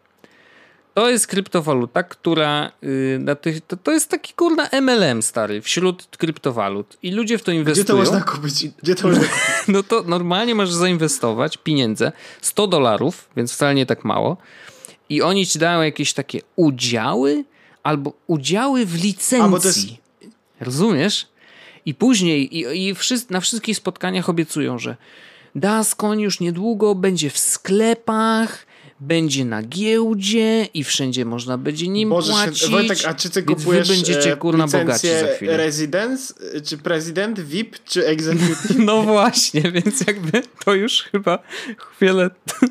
To jest kryptowaluta, która y, na tych, to, to jest taki kurna M L M stary wśród kryptowalut i ludzie w to inwestują. Gdzie to można kupić? Gdzie to można kupić? No to normalnie masz zainwestować pieniądze, sto dolarów, więc wcale nie tak mało. I oni ci dają jakieś takie udziały albo udziały w licencji. To jest... Rozumiesz? I później i, i wszyscy, na wszystkich spotkaniach obiecują, że Dascoin już niedługo będzie w sklepach, będzie na giełdzie i wszędzie można będzie nim Boże, płacić. Wojtek, a czy ty kupujesz wy będziecie kurna bogaci za chwilę. Residence, czy prezydent, V I P, czy executive? No właśnie, więc jakby to już chyba wiele...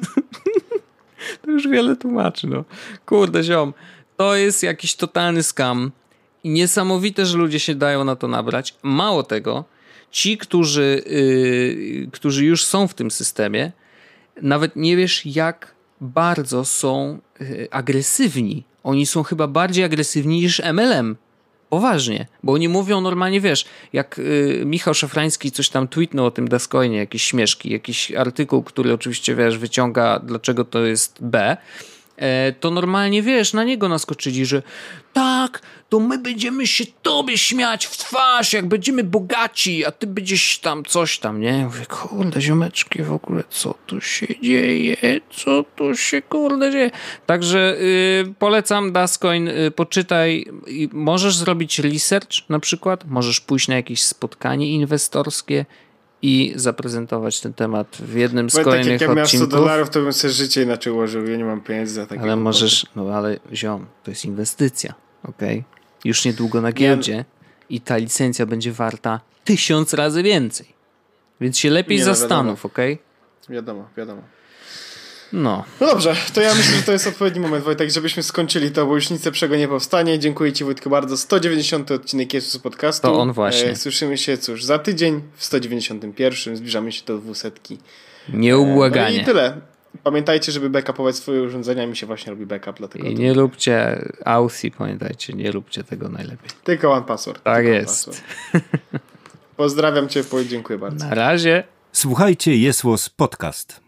To już wiele tłumaczy, no. Kurde, ziom. To jest jakiś totalny scam i niesamowite, że ludzie się dają na to nabrać. Mało tego, ci, którzy, yy, którzy już są w tym systemie, nawet nie wiesz, jak bardzo są yy, agresywni. Oni są chyba bardziej agresywni niż M L M. Poważnie, bo oni mówią normalnie, wiesz, jak y, Michał Szafrański coś tam tweetnął o tym Dascoinie, jakieś śmieszki, jakiś artykuł, który oczywiście, wiesz, wyciąga, dlaczego to jest B, e, to normalnie, wiesz, na niego naskoczyli, że tak, to my będziemy się tobie śmiać w twarz, jak będziemy bogaci, a ty będziesz tam coś tam, nie? Mówię, kurde, ziomeczki, w ogóle co tu się dzieje? Co tu się, kurde, dzieje? Także y, polecam Dascoin, y, poczytaj. Y, możesz zrobić research na przykład, możesz pójść na jakieś spotkanie inwestorskie i zaprezentować ten temat w jednym z Bo kolejnych tak jak ja odcinków. miał sto dolarów, to bym sobie życie inaczej ułożył. Ja nie mam pieniędzy za takie. Ale możesz, no ale ziom, to jest inwestycja, okej? Okay? Już niedługo na giełdzie i ta licencja będzie warta tysiąc razy więcej. Więc się lepiej nie, zastanów, no, okej? Okay? Wiadomo, wiadomo. No. No dobrze, to ja myślę, że to jest odpowiedni moment, Wojtek, żebyśmy skończyli to, bo już nic lepszego nie powstanie. Dziękuję ci, Wojtku, bardzo. sto dziewięćdziesiąty odcinek Jezusu Podcastu. To on właśnie. E, słyszymy się, cóż, za tydzień w sto dziewięćdziesiątym pierwszym. Zbliżamy się do dwusetki. Nieubłaganie. E, no i tyle. Pamiętajcie, żeby backupować swoje urządzenia. Mi się właśnie robi backup, dlatego... I nie to... róbcie Authy, pamiętajcie, nie róbcie tego najlepiej. Tylko one password. Tak tylko jest. Password. Pozdrawiam cię, dziękuję bardzo. Na razie. Słuchajcie, Jesłos Podcast.